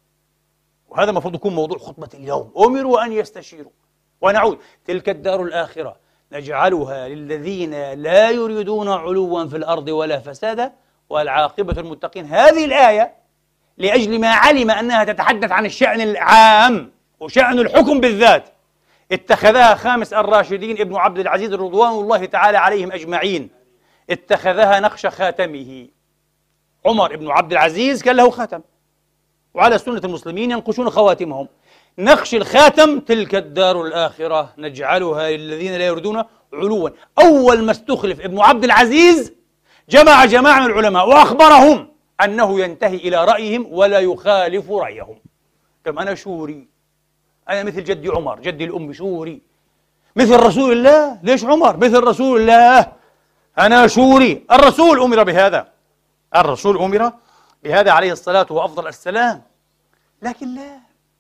وهذا المفروض يكون موضوع خطبة اليوم. أمروا أن يستشيروا. ونعود: تلك الدار الآخرة نجعلها للذين لا يريدون علوا في الأرض ولا فسادا والعاقبة المتقين. هذه الآية لأجل ما علم أنها تتحدث عن الشأن العام وشأن الحكم بالذات اتخذها خامس الراشدين ابن عبد العزيز رضوان الله تعالى عليهم أجمعين، اتخذها نقش خاتمه. عمر ابن عبد العزيز كان له خاتم، وعلى سنة المسلمين ينقشون خواتمهم. نقش الخاتم: تلك الدار الآخرة نجعلها للذين لا يريدون علوا. أول ما استخلف ابن عبد العزيز جمع جماعة من العلماء وأخبرهم أنه ينتهي إلى رأيهم ولا يخالف رأيهم. كم أنا شوري، أنا مثل جدي عمر، جدي الأم شوري. مثل رسول الله، ليش عمر؟ مثل رسول الله، أنا شوري. الرسول أمر بهذا، الرسول أمر بهذا عليه الصلاة وأفضل السلام. لكن لا،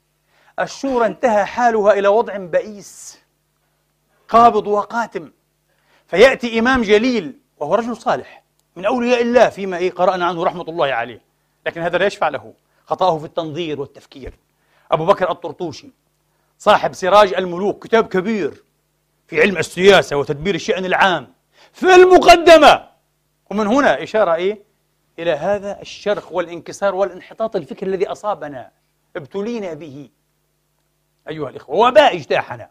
الشورى انتهى حالها إلى وضع بئيس قابض وقاتم. فيأتي إمام جليل وهو رجل صالح من أولياء الله فيما إيه قرأنا عنه رحمة الله عليه، لكن هذا لا يشفع له، خطأه في التنظير والتفكير. أبو بكر الطرطوشي صاحب سراج الملوك، كتاب كبير في علم السياسة وتدبير الشأن العام، في المقدمة. ومن هنا إشارة إيه؟ إلى هذا الشرخ والانكسار والانحطاط الفكري الذي أصابنا، ابتلينا به أيها الإخوة، وباء اجتاحنا.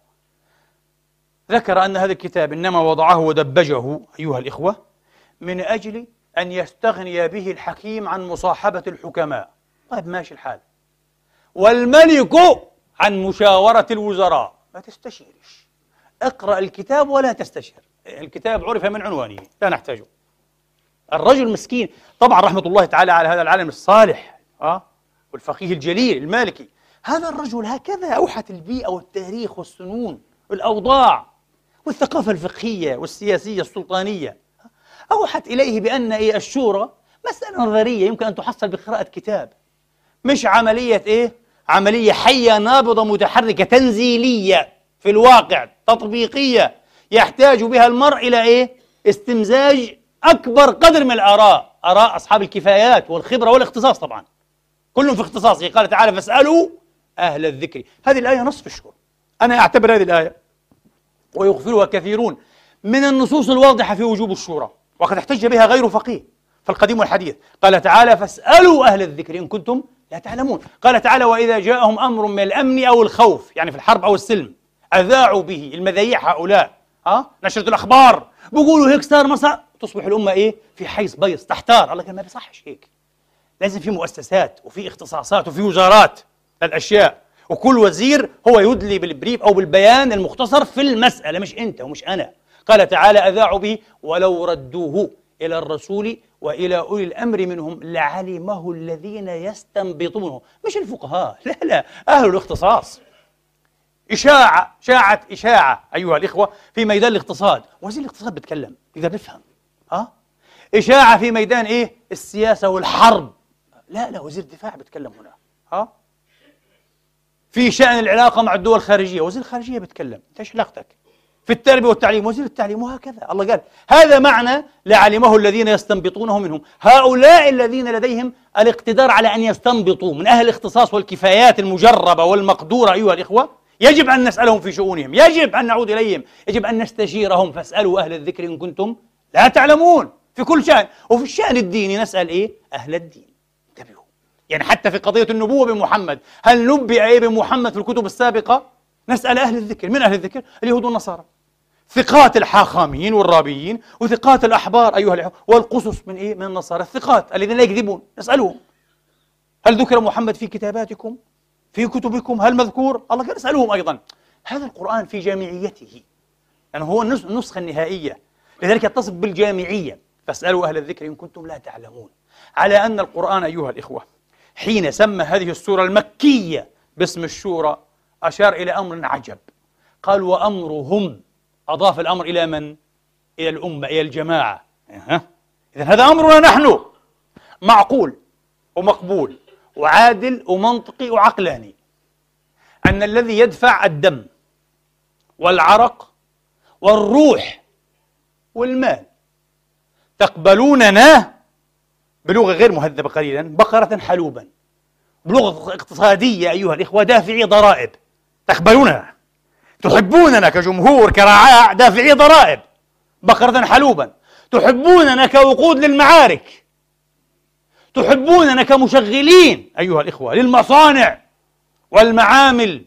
ذكر أن هذا الكتاب إنما وضعه ودبجه أيها الإخوة من أجل أن يستغني به الحكيم عن مصاحبة الحكماء. طيب ماشي الحال. والملك عن مشاورة الوزراء. ما تستشيرش، اقرأ الكتاب ولا تستشير. الكتاب عرف من عنوانه، لا نحتاجه. الرجل مسكين طبعا رحمة الله تعالى على هذا العالم الصالح أه؟ والفقيه الجليل المالكي. هذا الرجل هكذا أوحت البيئة والتاريخ والسنون والأوضاع والثقافة الفقهية والسياسية السلطانية، أوحت إليه بأن إيه الشورى مسألة نظرية يمكن أن تحصل بقراءة كتاب، مش عملية إيه؟ عملية حية نابضة متحركة تنزيلية في الواقع، تطبيقية يحتاج بها المرء إلى إيه؟ استمزاج أكبر قدر من الآراء، آراء أصحاب الكفايات والخبرة والاختصاص. طبعا كل في اختصاصه. قال تعالى: فاسألوا أهل الذكر. هذه الآية نصف الشهور. أنا أعتبر هذه الآية ويغفلها كثيرون من النصوص الواضحة في وجوب الشورى، وقد احتج بها غير فقيه فالقديم والحديث. قال تعالى: فاسألوا أهل الذكر إن كنتم لا تعلمون. قال تعالى: وإذا جاءهم أمر من الأمن أو الخوف، يعني في الحرب أو السلم، أذاعوا به. المذيع هؤلاء ها نشرة الأخبار بيقولوا هيك صار مساء، تصبح الأمة إيه؟ في حيص بيص تحتار. الله قال ما بيصحش هيك، لازم في مؤسسات وفي اختصاصات وفي وزارات للأشياء، وكل وزير هو يدلي بالبريف أو بالبيان المختصر في المسألة، مش أنت ومش أنا. قال تعالى: أذاعوا به ولو ردوه إلى الرسول وإلى أولي الأمر منهم لعلمه الذين يستنبطونه. مش الفقهاء، لا لا، أهل الاختصاص. إشاعة شاعت إشاعة أيها الإخوة في ميدان الاقتصاد، وزير الاقتصاد بيتكلم إذا بيفهم. أه؟ إشاعة في ميدان إيه؟ السياسة والحرب، لا لا، وزير الدفاع بيتكلم هنا. أه؟ في شأن العلاقة مع الدول الخارجية، وزير الخارجية بيتكلم. أنت إيش علاقتك؟ في التربية والتعليم، وزير التعليم، وهكذا. الله قال هذا معنى لعلمه الذين يستنبطونه منهم. هؤلاء الذين لديهم الاقتدار على أن يستنبطوا من أهل الاختصاص والكفايات المجربة والمقدورة أيها الإخوة، يجب أن نسألهم في شؤونهم، يجب أن نعود إليهم، يجب أن نستشيرهم. فاسألوا أهل الذكر إن كنتم لا تعلمون. في كل شأن، وفي الشأن الديني نسأل إيه؟ أهل الدين. انتبهوا، يعني حتى في قضية النبوة بمحمد، هل نبئ إيه بمحمد في الكتب السابقة؟ نسأل أهل الذكر. من أهل الذكر؟ اليهود والنصارى. ثقات الحاخاميين والرابيين وثقات الأحبار أيها الأخوة والقصص من إيه؟ من النصارى، الثقات الذين لا يكذبون. نسألهم هل ذكر محمد في كتاباتكم؟ في كتبكم؟ هل مذكور؟ الله قال اسألوهم أيضا. هذا القرآن في جامعيته، يعني هو النسخة النهائية، لذلك يتصف بالجامعية، فاسألوا أهل الذكر إن كنتم لا تعلمون. على أن القرآن أيها الإخوة حين سمى هذه السورة المكية باسم الشورى أشار إلى أمر عجب، قال وأمرهم، أضاف الأمر إلى من؟ إلى الأمة، إلى الجماعة. أه. إذن هذا أمرنا نحن، معقول ومقبول وعادل ومنطقي وعقلاني، أن الذي يدفع الدم والعرق والروح والمال تقبلوننا بلغة غير مهذبة قليلا بقرة حلوبا، بلغة اقتصادية أيها الإخوة دافعي ضرائب، تقبلوننا، تحبوننا كجمهور كرعاع دافعي ضرائب بقرة حلوبا، تحبوننا كوقود للمعارك، تحبوننا كمشغلين أيها الإخوة للمصانع والمعامل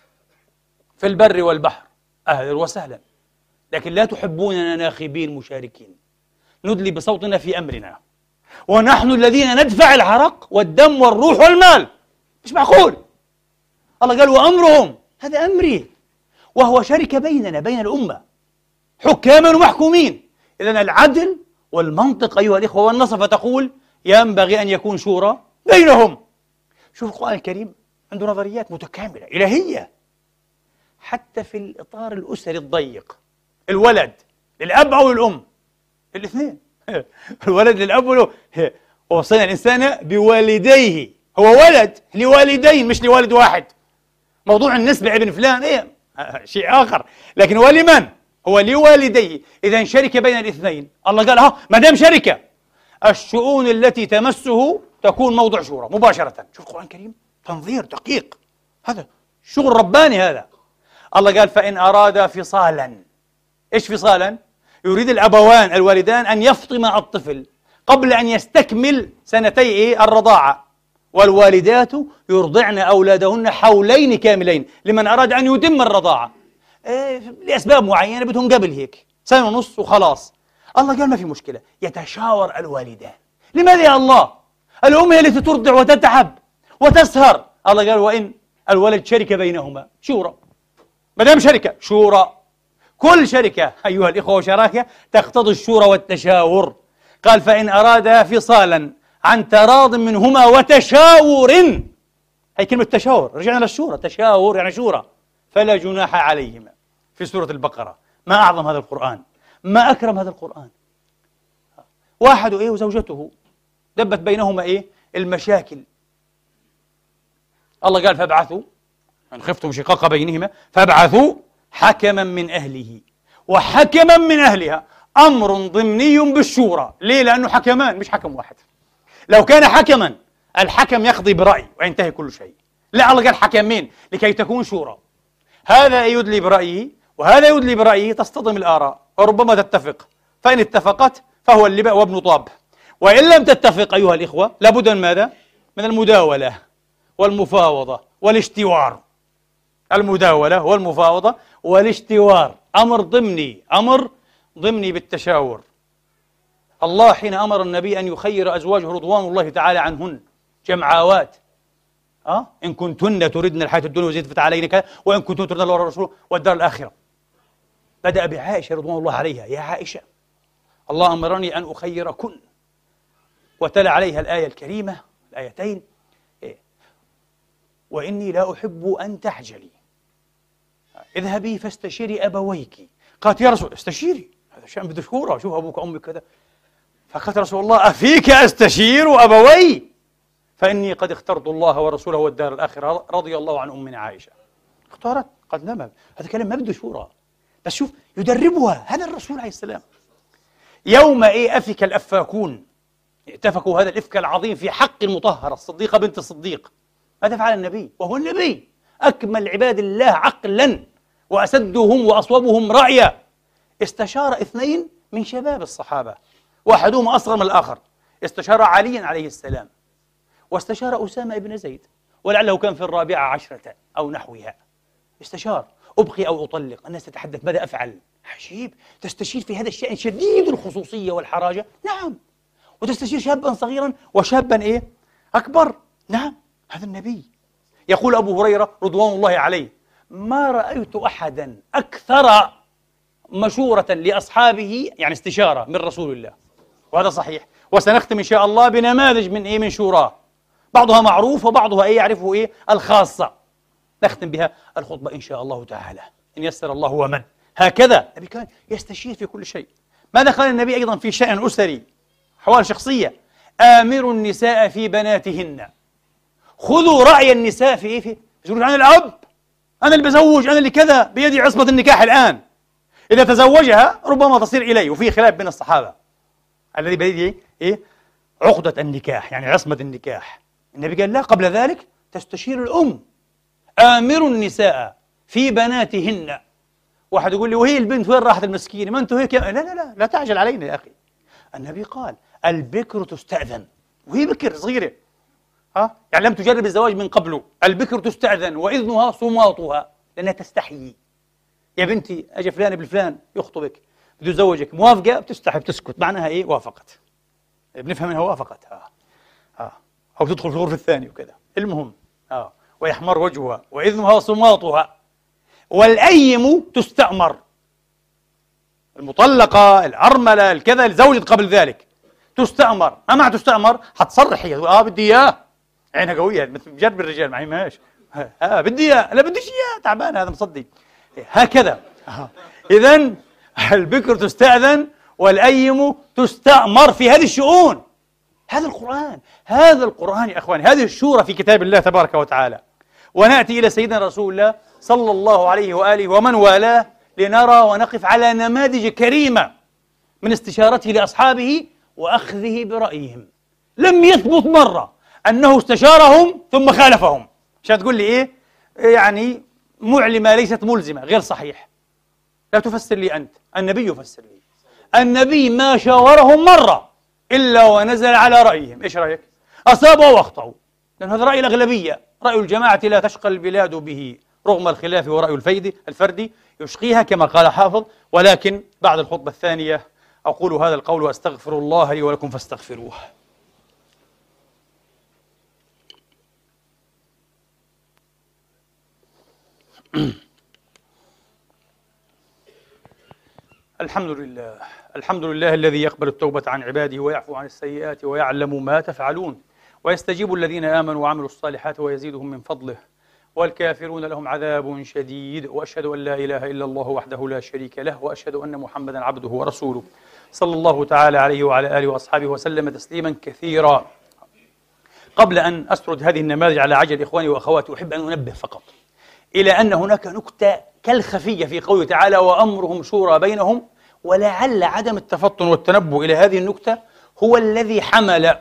في البر والبحر، أهلا وسهلا، لكن لا تحبوننا ناخبين مشاركين ندلي بصوتنا في أمرنا، ونحن الذين ندفع العرق والدم والروح والمال. مش معقول. الله قال وأمرهم، هذا أمري، وهو شركة بيننا بين الأمة، حكاما ومحكومين. إذن العدل والمنطق أيها الإخوة والنصفة تقول ينبغي أن يكون شورى بينهم. شوف القرآن الكريم عنده نظريات متكاملة إلهية، حتى في الإطار الأسري الضيق، الولد للأب أو للأم، الاثنين الولد للأب والأم. ووصينا الإنسان بوالديه، هو ولد لوالدين مش لوالد واحد. موضوع النسبة ابن فلان إيه شيء آخر، لكن هو لمن؟ هو لوالديه. إذا شركة بين الاثنين. الله قال ها ما دام شركة الشؤون التي تمسه تكون موضع شورى مباشرة. شوف القرآن الكريم تنظير دقيق، هذا شغل رباني هذا. الله قال فإن أرادا فصالا، إيش فصالا؟ يريد الأبوان الوالدان أن يفطم الطفل قبل أن يستكمل سنتي إيه؟ الرضاعة، والوالدات يرضعن أولادهن حولين كاملين لمن أراد أن يتم الرضاعة. إيه لأسباب معينة بدهم قبل هيك سنة ونص وخلاص. الله قال ما في مشكلة، يتشاور الوالدان. لماذا يا الله؟ الأم هي التي ترضع وتتعب وتسهر. الله قال وإن الولد شركة بينهما شورى، ما دام شركة شورى. كل شركة أيها الإخوة وشراكة تقتضي الشورى والتشاور. قال فإن أرادا فصالا عن تراض منهما وتشاور، هي كلمة تشاور، رجعنا للشورى، تشاور يعني شورى، فلا جناح عليهما. في سورة البقرة. ما أعظم هذا القرآن، ما أكرم هذا القرآن. واحد إيه وزوجته دبت بينهما إيه المشاكل. الله قال فابعثوا إن خفتم شقاق بينهما فابعثوا حكما من أهله وحكما من أهلها، أمر ضمني بالشورى. ليه؟ لأنه حكمان مش حكم واحد. لو كان حكما الحكم يقضي برأي وينتهي كل شيء. لا، الله قال حكمين لكي تكون شورى، هذا يدلي برأيه وهذا يدلي برأيه، تصطدم الآراء وربما تتفق، فإن اتفقت فهو اللباء وابن طاب، وإن لم تتفق أيها الإخوة لابد من ماذا؟ من المداولة والمفاوضة والاشتوار. المداولة والمفاوضة والاشتوار أمر ضمني، أمر ضمني بالتشاور. الله حين أمر النبي أن يخير أزواجه رضوان الله تعالى عنهن جمعاوات، أه؟ إن كنتن تردن الحياة الدنيا وزينتها فتعالين كذا، وإن كنتن تردن الله ورسوله والدار الآخرة. بدأ بعائشة رضوان الله عليها، يا عائشة الله أمرني أن أخيركن، وتلا عليها الآية الكريمة الآيتين إيه؟ وإني لا أحب أن تعجلي، اذهبي فاستشيري أبويك. قالت يا رسول استشيري، هذا شأن بده شورى، شوف أبوك وأمك كذا. فقالت رسول الله أفيك أستشير أبوي فإني قد اخترت الله ورسوله والدار الآخرة، رضي الله عن أمنا عائشة. اختارت، قد نعم، هذا كلام ما بده شورى، بس شوف يدربها هذا الرسول عليه السلام. يوم إيه أفك الأفاكون، اتفقوا هذا الإفك العظيم في حق المطهرة الصديقة بنت الصديق. ماذا فعل النبي وهو النبي أكمل عباد الله عقلا وأسدهم وأصوبهم رأيا؟ استشار اثنين من شباب الصحابة، واحدهما أصغر من الآخر، استشار عليا عليه السلام واستشار أسامة بن زيد، ولعله كان في الرابعة عشرة أو نحوها. استشار أبقي أو أطلق؟ الناس تتحدث ماذا أفعل؟ عجيب، تستشير في هذا الشأن شديد الخصوصية والحراجة؟ نعم. وتستشير شابا صغيرا وشابا إيه؟ أكبر؟ نعم. هذا النبي. يقول أبو هريرة رضوان الله عليه: ما رأيت أحدا أكثر مشورة لأصحابه، يعني استشارة من رسول الله، وهذا صحيح. وسنختم إن شاء الله بنماذج من إيه؟ من شوراه، بعضها معروف وبعضها إيه يعرفه إيه الخاصة، نختم بها الخطبة إن شاء الله تعالى إن يسر الله ومن. هكذا النبي كان يستشير في كل شيء. ماذا قال النبي أيضا في شأن أسري، حوال شخصية؟ آمروا النساء في بناتهن. خذوا رأي النساء في إيه؟ في يقولون أنا الأب، أنا اللي بزوج، أنا اللي كذا، بيدي عصمة النكاح الآن. إذا تزوجها ربما تصير إلي، وفي خلاف بين الصحابة الذي بيده إيه؟ عقدة النكاح، يعني عصمة النكاح. النبي قال لا، قبل ذلك تستشير الأم. آمروا النساء في بناتهن. واحد يقول لي وهي البنت وين راحت المسكينة؟ ما أنتوا هيك. لا لا لا لا تعجل علينا يا أخي. النبي قال البكر تستأذن، وهي بكر صغيرة، ها؟ يعني لم تجرب الزواج من قبل. البكر تستأذن وإذنها صماطها، لأنها تستحيي. يا بنتي أجى فلان ابن فلان يخطبك، بده يزوجك، موافقة؟ بتستحي بتسكت، معناها إيه؟ وافقت. بنفهم منها وافقت، ها ها أو تدخل في الغرفة الثانية وكذا. المهم ها ويحمر وجهها وإذنها صماطها. والأيم تستأمر، المطلقة، الأرملة، الكذا، اللي زوجت قبل ذلك تستأمر. ما معنى تستأمر؟ حتصرح هي، اه بدي اياه، عينها قوية مثل جرب الرجال معي ماشي، اه بدي اياه، لا بديش اياه، تعبان هذا مصدي، هكذا. إذن البكر تستأذن والأيم تستأمر في هذه الشؤون. هذا القرآن، هذا القرآن يا أخواني، هذه الشورى في كتاب الله تبارك وتعالى. ونأتي إلى سيدنا رسول الله صلى الله عليه وآله ومن والاه لنرى ونقف على نماذج كريمة من استشارته لأصحابه وأخذه برأيهم. لم يثبت مرة أنه استشارهم ثم خالفهم. عشان تقول لي إيه يعني معلمة ليست ملزمة، غير صحيح. لا تفسر لي أنت، النبي يفسر لي. النبي ما شاورهم مرة إلا ونزل على رأيهم. إيش رأيك؟ أصابوا وأخطأوا، لأن هذا رأي الأغلبية. رأي الجماعة لا تشقى البلاد به رغم الخلاف، ورأي الفيد الفردي يشقيها كما قال حافظ. ولكن بعد الخطبة الثانية أقول هذا القول وأستغفر الله لي ولكم فاستغفروه. الحمد لله، الحمد لله الذي يقبل التوبة عن عباده ويعفو عن السيئات ويعلم ما تفعلون، ويستجيب الذين آمنوا وعملوا الصالحات ويزيدهم من فضله، والكافرون لهم عذاب شديد. وأشهد أن لا إله إلا الله وحده لا شريك له، وأشهد أن محمدا عبده ورسوله صلى الله تعالى عليه وعلى آله وأصحابه وسلم تسليما كثيرا. قبل أن أسرد هذه النماذج على عجل إخواني وأخواتي، أحب أن أنبه فقط إلى أن هناك نكتة كالخفية في قوله تعالى وأمرهم شورى بينهم، ولعل عدم التفطن والتنبه إلى هذه النكتة هو الذي حمل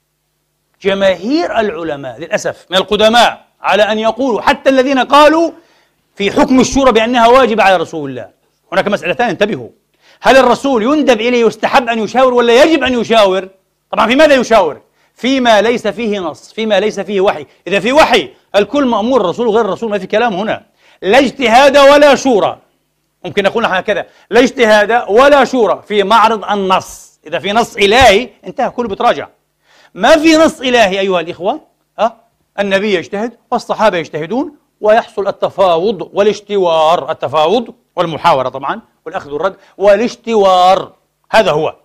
جماهير العلماء للأسف من القدماء على أن يقولوا، حتى الذين قالوا في حكم الشورى بأنها واجبة على رسول الله. هناك مسألتان انتبهوا: هل الرسول يندب إليه يستحب أن يشاور ولا يجب أن يشاور؟ طبعا في ماذا يشاور؟ فيما ليس فيه نص، فيما ليس فيه وحي. إذا في وحي الكل مأمور، الرسول غير الرسول ما في كلام هنا. لا اجتهاد ولا شورى، ممكن نقول هكذا، لا اجتهاد ولا شورى في معرض النص. إذا في نص إلهي انتهى، كله بتراجع. ما في نص إلهي أيها الإخوة، أه؟ النبي يجتهد والصحابة يجتهدون ويحصل التفاوض والاشتوار، التفاوض والمحاورة طبعا والأخذ والرد والاشتوار. هذا هو.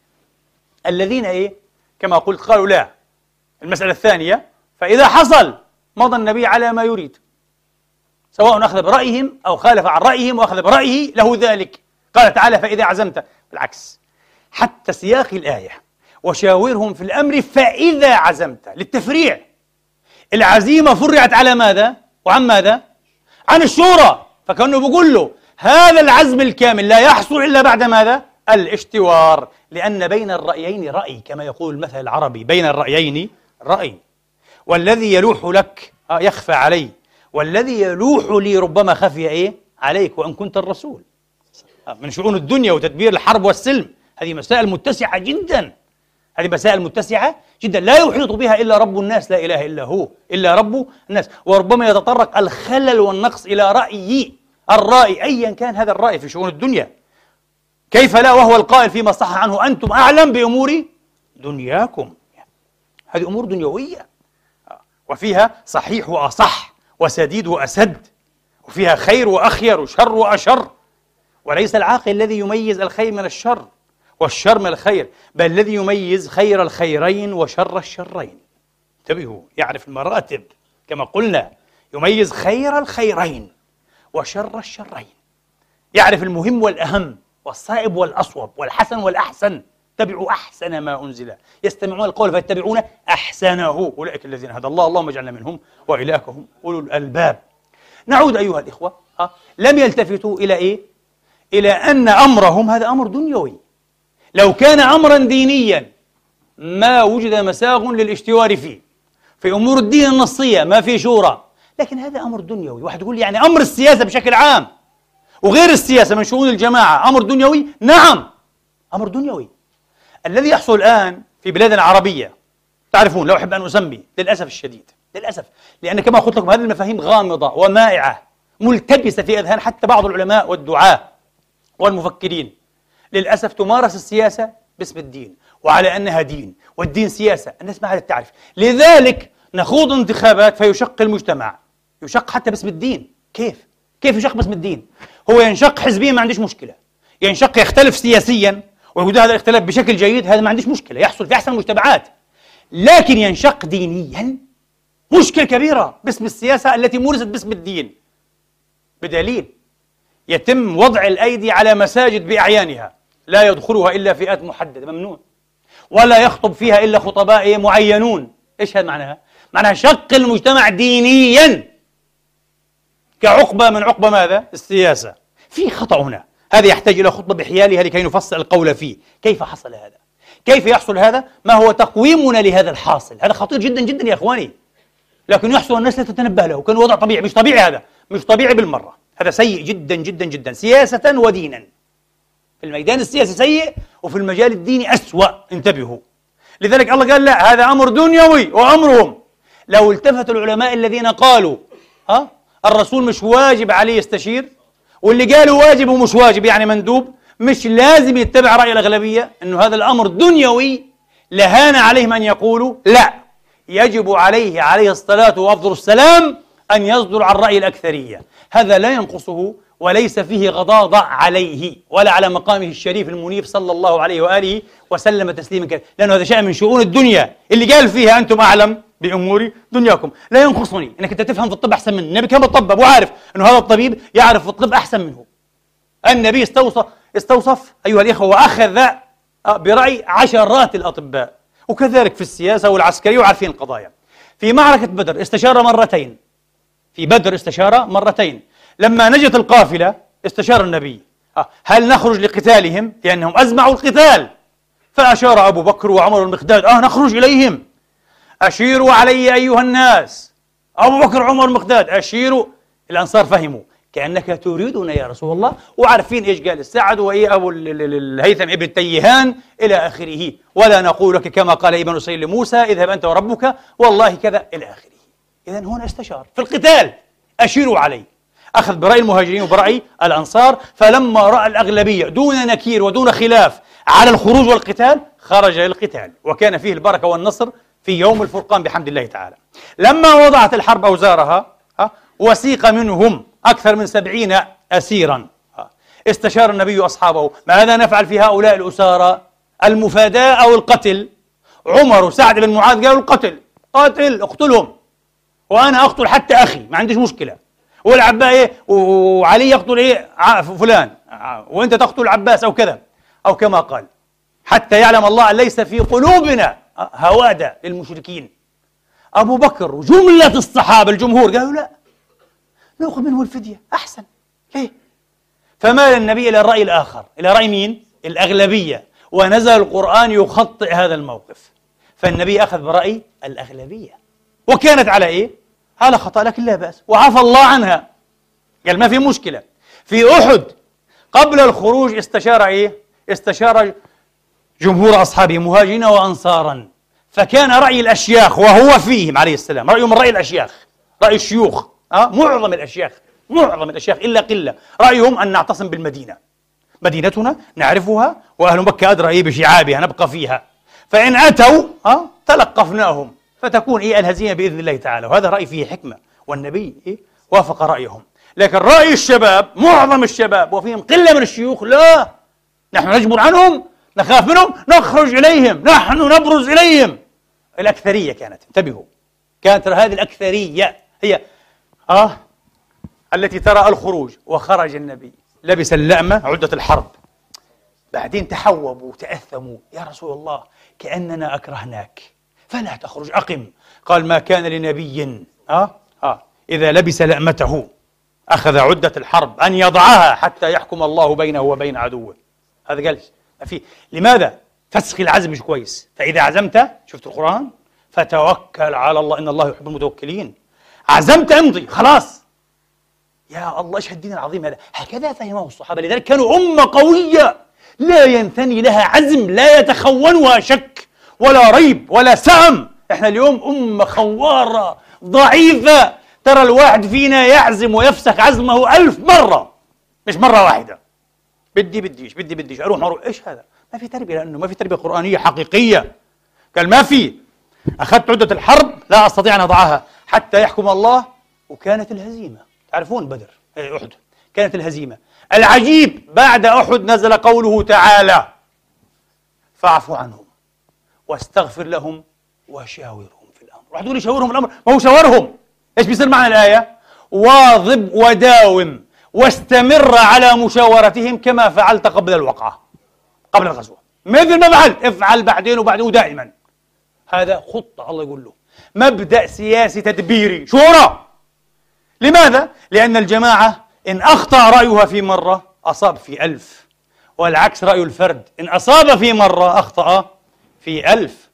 الذين إيه كما قلت قالوا لا. المسألة الثانية، فإذا حصل مضى النبي على ما يريد، سواء أخذ برأيهم أو خالف عن رأيهم وأخذ برأيه له ذلك. قال تعالى فإذا عزمت، بالعكس حتى سياق الآية وشاورهم في الأمر فإذا عزمت للتفريع. العزيمة فرعت على ماذا؟ وعن ماذا؟ عن الشورى. فكأنه بيقول له هذا العزم الكامل لا يحصل إلا بعد ماذا؟ الاشتوار. لأن بين الرأيين رأي، كما يقول المثل العربي، بين الرأيين رأي. والذي يلوح لك يخفى علي، والذي يلوح لي ربما خفي إيه؟ عليك وإن كنت الرسول. من شؤون الدنيا وتدبير الحرب والسلم، هذه مسائل متسعة جدا، هذه مسائل متسعة جدا لا يحيط بها إلا رب الناس، لا إله إلا هو، إلا رب الناس. وربما يتطرق الخلل والنقص إلى رأي الرائي أيا كان هذا الرائي في شؤون الدنيا، كيف لا وهو القائل فيما صح عنه أنتم أعلم بأمور دنياكم. هذه أمور دنيوية وفيها صحيح وأصح وسديد وأسد، وفيها خير وأخير وشر وأشر، وليس العاقل الذي يميز الخير من الشر والشر من الخير، بل الذي يميز خير الخيرين وشر الشرين. انتبهوا، يعرف المراتب كما قلنا، يميز خير الخيرين وشر الشرين، يعرف المهم والأهم والصائب والأصوب والحسن والأحسن. اتبعوا أحسن ما أنزل، يستمعون القول فيتبعون أحسنه، أولئك الذين هدى الله، اللهم اجعلنا منهم وإليك هم أولو الألباب. نعود أيها الإخوة، أه؟ لم يلتفتوا إلى إيه؟ إلى أن أمرهم هذا أمر دنيوي. لو كان أمرا دينيا ما وجد مساغ للاشتوار فيه، في أمور الدين النصية ما في شورى، لكن هذا أمر دنيوي. واحد يقول يعني أمر السياسة بشكل عام وغير السياسة من شؤون الجماعة أمر دنيوي؟ نعم، أمر دنيوي. الذي يحصل الآن في بلادنا العربية، تعرفون، لا أحب أن أسمي، للأسف الشديد، للأسف، لأن كما قلت لكم هذه المفاهيم غامضة ومائعة ملتبسة في أذهان حتى بعض العلماء والدعاة والمفكرين. للأسف تمارس السياسة باسم الدين وعلى أنها دين، والدين سياسة، الناس ما عادت تعرف. لذلك نخوض انتخابات فيشق المجتمع، يشق حتى باسم الدين. كيف؟ كيف يشق باسم الدين؟ هو ينشق حزبيا ما عنديش مشكلة، ينشق يختلف سياسيا ويوجد هذا الاختلاف بشكل جيد، هذا ما عنديش مشكلة، يحصل في أحسن المجتمعات. لكن ينشق دينيا مشكلة كبيرة باسم السياسة التي مورست باسم الدين، بدليل يتم وضع الأيدي على مساجد بأعيانها لا يدخلها إلا فئات محددة، ممنوع، ولا يخطب فيها إلا خطباء معينون. إيش هذا معناها؟ معناها شق المجتمع دينيا كعقبة من عقبة ماذا؟ السياسة. في خطأ هنا، هذا يحتاج إلى خطبة بحيالها لكي نفصل القول فيه. كيف حصل هذا؟ كيف يحصل هذا؟ ما هو تقويمنا لهذا الحاصل؟ هذا خطير جدا جدا يا إخواني، لكن يحصل الناس لا تتنبه له، كان وضع طبيعي. مش طبيعي، هذا مش طبيعي بالمرة، هذا سيء جدا جدا جدا سياسة ودينا. في الميدان السياسي سيء وفي المجال الديني أسوأ، انتبهوا. لذلك الله قال لا، هذا أمر دنيوي وأمرهم. لو التفت العلماء الذين قالوا ها الرسول مش واجب عليه يستشير، واللي قالوا واجب ومش واجب يعني مندوب، مش لازم يتبع رأي الأغلبية أنه هذا الأمر دنيوي، لهان عليهم أن يقولوا لا، يجب عليه عليه الصلاة وأفضل السلام أن يصدر عن رأي الأكثرية. هذا لا ينقصه وليس فيه غضاضة عليه ولا على مقامه الشريف المنيف صلى الله عليه وآله وسلم تسليما كثيرا، لأنه هذا شيء من شؤون الدنيا اللي قال فيها أنتم أعلم بأمور دنياكم. لا ينقصني أنك أنت تفهم في الطب أحسن مني، النبي كان بيطبب وعارف أنه هذا الطبيب يعرف في الطب أحسن منه. النبي استوصف استوصف أيها الإخوة وأخذ برأي عشرات الأطباء، وكذلك في السياسة والعسكرية، وعارفين القضايا. في معركة بدر استشار مرتين، في بدر استشار مرتين. لما نجت القافلة استشار النبي هل نخرج لقتالهم لأنهم أزمعوا القتال، فأشار أبو بكر وعمر المقداد آه نخرج إليهم، أشيروا علي أيها الناس. أبو بكر عمر المقداد أشيروا. الأنصار فهموا كأنك تريدنا يا رسول الله، وعارفين إيش قال السعد وإيه أبو الهيثم ابن التيهان إلى آخره، ولا نقول لك كما قال ابن سيل لموسى اذهب أنت وربك والله كذا إلى آخره. إذن هنا استشار في القتال، أشيروا علي، أخذ برأي المهاجرين وبرأي الأنصار. فلما رأى الأغلبية دون نكير ودون خلاف على الخروج والقتال خرج للقتال، وكان فيه البركة والنصر في يوم الفرقان بحمد الله تعالى. لما وضعت الحرب أوزارها وسيق منهم أكثر من سبعين أسيرا، استشار النبي أصحابه ماذا نفعل في هؤلاء الأسارى؟ المفاداة أو القتل؟ عمر وسعد بن معاذ قالوا القتل، قاتل اقتلهم، وأنا أقتل حتى أخي ما عنديش مشكلة، والعباس إيه وعلي يقتل إيه فلان، وأنت تقتل عباس أو كذا أو كما قال، حتى يعلم الله أن ليس في قلوبنا هوادة للمشركين. أبو بكر وجملة الصحابة الجمهور قالوا لا، نأخذ منه الفدية أحسن. ليه؟ فمال النبي إلى الرأي الآخر، إلى رأي مين؟ الأغلبية، ونزل القرآن يخطئ هذا الموقف، فالنبي أخذ برأي الأغلبية، وكانت على إيه؟ على خطأ، لكن لا بأس، وعفى الله عنها، قال ما في مشكلة. في أحد قبل الخروج استشار إيه؟ استشار جمهور أصحابه مهاجرين وأنصارا، فكان رأي الأشياخ وهو فيهم عليه السلام، رأيه من رأي الأشياخ، رأي الشيوخ، أه؟ معظم الأشياخ معظم الأشياخ إلا قلة رأيهم أن نعتصم بالمدينة، مدينتنا نعرفها وأهل مكة أدرى إيه بشعابها نبقى فيها، فإن أتوا ها تلقفناهم فتكون إيه الهزيمة بإذن الله تعالى. وهذا رأي فيه حكمة، والنبي إيه وافق رأيهم. لكن رأي الشباب، معظم الشباب وفيهم قلة من الشيوخ، لا، نحن نجبر عنهم، نخاف منهم، نخرج إليهم، نحن نبرز إليهم. الأكثرية كانت، انتبهوا، كانت هذه الأكثرية هي آه التي ترى الخروج. وخرج النبي لبس اللأمة عدة الحرب، بعدين تحوبوا وتأثموا، يا رسول الله كأننا أكرهناك فلا تخرج أقم. قال ما كان لنبي آه آه إذا لبس لأمته أخذ عدة الحرب أن يضعها حتى يحكم الله بينه وبين عدوه. هذا قال ما في. لماذا؟ فسخ العزم مش كويس. فإذا عزمت، شفت القرآن، فتوكل على الله إن الله يحب المتوكلين. عزمت امضي خلاص. يا الله ايش هالدين العظيم هذا. هكذا فهمه الصحابة، لذلك كانوا أمة قوية لا ينثني لها عزم، لا يتخونها شك ولا ريب ولا سهم. احنا اليوم أمة خوارة ضعيفة، ترى الواحد فينا يعزم ويفسخ عزمه ألف مرة مش مرة واحدة. بدي بديش بدي بديش أروح ما أروح. إيش هذا؟ ما في تربية، لأنه ما في تربية قرآنية حقيقية. قال ما في. أخذت عدة الحرب لا أستطيع أن أضعها حتى يحكم الله. وكانت الهزيمة، تعرفون بدر أحد كانت الهزيمة. العجيب بعد أحد نزل قوله تعالى فاعف عنهم واستغفر لهم وشاورهم في الأمر. واحد يقول لي شاورهم في الأمر، ما هو شاورهم. إيش بيصير معنى الآية؟ واظب وداوم واستمر على مشاورتهم كما فعلت قبل الوقعة، قبل الغزوة، مثل ما فعلت افعل بعدين وبعدين ودائما. هذا خطة الله يقول له، مبدأ سياسي تدبيري شورى. لماذا؟ لأن الجماعة إن أخطأ رأيها في مرة أصاب في ألف، والعكس رأي الفرد إن أصاب في مرة أخطأ في ألف.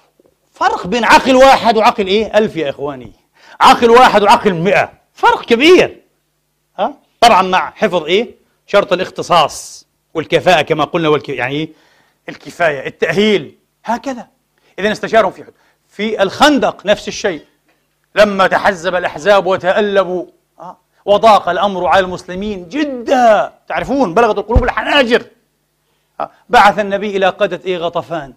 فرق بين عقل واحد وعقل إيه؟ ألف يا إخواني. عقل واحد وعقل مئة، فرق كبير. ها؟ طبعا مع حفظ إيه؟ شرط الاختصاص والكفاءة كما قلنا، والك... يعني إيه؟ الكفاية، التأهيل، هكذا. إذن استشارهم في حد. في الخندق نفس الشيء، لما تحزب الأحزاب وتألبوا آه. وضاق الأمر على المسلمين جدا، تعرفون بلغت القلوب الحناجر، آه. بعث النبي إلى قادة إيه؟ غطفان،